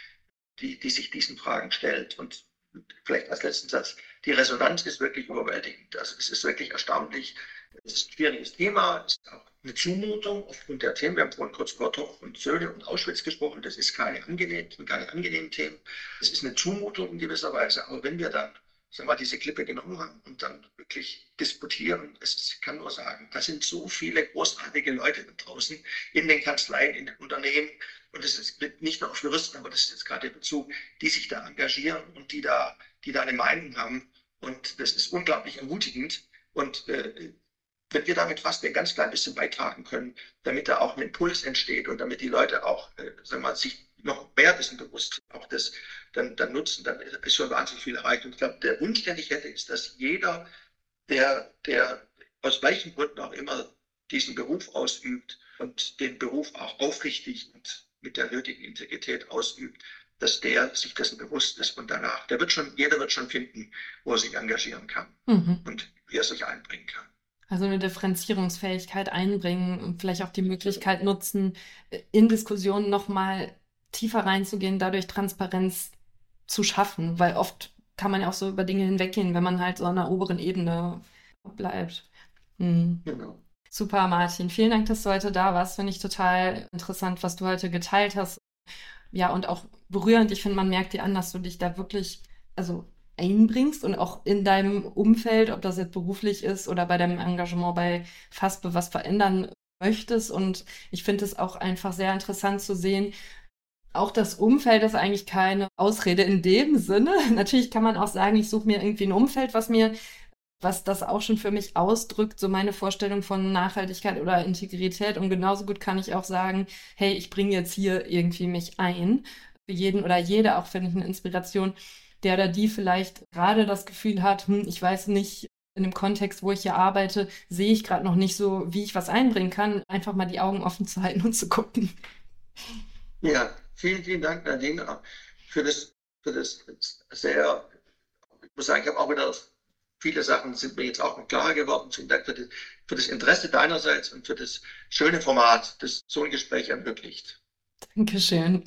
die, die sich diesen Fragen stellt. Und vielleicht als letzten Satz, die Resonanz ist wirklich überwältigend. Also es ist wirklich erstaunlich. Es ist ein schwieriges Thema, es ist auch eine Zumutung aufgrund der Themen. Wir haben vorhin kurz über Torf und Söhne und Auschwitz gesprochen. Das ist keine angenehm, keine angenehmen Themen. Es ist eine Zumutung in gewisser Weise. Aber wenn wir dann, sagen wir mal, diese Klippe genommen haben und dann wirklich disputieren, es ist, ich kann nur sagen, da sind so viele großartige Leute da draußen in den Kanzleien, in den Unternehmen. Und das ist nicht nur auf Juristen, aber das ist jetzt gerade der Bezug, die sich da engagieren und die da, die da eine Meinung haben. Und das ist unglaublich ermutigend. Und äh, wenn wir damit fast ein ganz klein bisschen beitragen können, damit da auch ein Impuls entsteht und damit die Leute auch, äh, sagen wir mal, sich noch mehr dessen bewusst auch das dann, dann nutzen, dann ist schon wahnsinnig viel erreicht. Und ich glaube, der Wunsch, den ich hätte, ist, dass jeder, der, der aus welchen Gründen auch immer diesen Beruf ausübt und den Beruf auch aufrichtig und mit der nötigen Integrität ausübt, dass der sich dessen bewusst ist und danach, der wird schon, jeder wird schon finden, wo er sich engagieren kann mhm. und wie er sich einbringen kann. Also eine Differenzierungsfähigkeit einbringen und vielleicht auch die Möglichkeit nutzen, in Diskussionen nochmal tiefer reinzugehen, dadurch Transparenz zu schaffen, weil oft kann man ja auch so über Dinge hinweggehen, wenn man halt so an der oberen Ebene bleibt. Mhm. Genau. Super, Martin. Vielen Dank, dass du heute da warst. Finde ich total interessant, was du heute geteilt hast. Ja, und auch berührend. Ich finde, man merkt dir an, dass du dich da wirklich also einbringst und auch in deinem Umfeld, ob das jetzt beruflich ist oder bei deinem Engagement bei Fassbe was verändern möchtest. Und ich finde es auch einfach sehr interessant zu sehen, auch das Umfeld ist eigentlich keine Ausrede in dem Sinne. Natürlich kann man auch sagen, ich suche mir irgendwie ein Umfeld, was mir was das auch schon für mich ausdrückt, so meine Vorstellung von Nachhaltigkeit oder Integrität. Und genauso gut kann ich auch sagen, hey, ich bringe jetzt hier irgendwie mich ein. Für jeden oder jede auch, finde ich, eine Inspiration, der oder die vielleicht gerade das Gefühl hat, hm, ich weiß nicht, in dem Kontext, wo ich hier arbeite, sehe ich gerade noch nicht so, wie ich was einbringen kann. Einfach mal die Augen offen zu halten und zu gucken. Ja, vielen, vielen Dank, Nadine, für das, für das sehr, ich muss sagen, ich habe auch wieder viele Sachen sind mir jetzt auch noch klarer geworden. Vielen Dank für das, für das Interesse deinerseits und für das schöne Format, das so ein Gespräch ermöglicht. Dankeschön.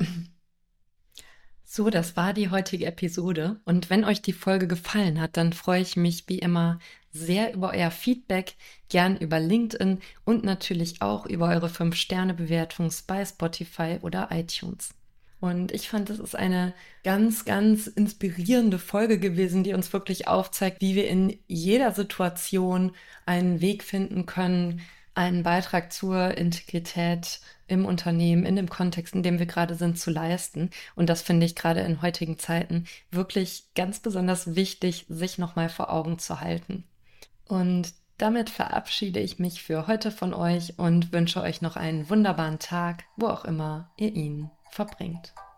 So, das war die heutige Episode. Und wenn euch die Folge gefallen hat, dann freue ich mich wie immer sehr über euer Feedback, gern über LinkedIn und natürlich auch über eure fünf Sterne Bewertung bei Spotify oder iTunes. Und ich fand, das ist eine ganz, ganz inspirierende Folge gewesen, die uns wirklich aufzeigt, wie wir in jeder Situation einen Weg finden können, einen Beitrag zur Integrität im Unternehmen, in dem Kontext, in dem wir gerade sind, zu leisten. Und das finde ich gerade in heutigen Zeiten wirklich ganz besonders wichtig, sich nochmal vor Augen zu halten. Und damit verabschiede ich mich für heute von euch und wünsche euch noch einen wunderbaren Tag, wo auch immer ihr ihn verbringt.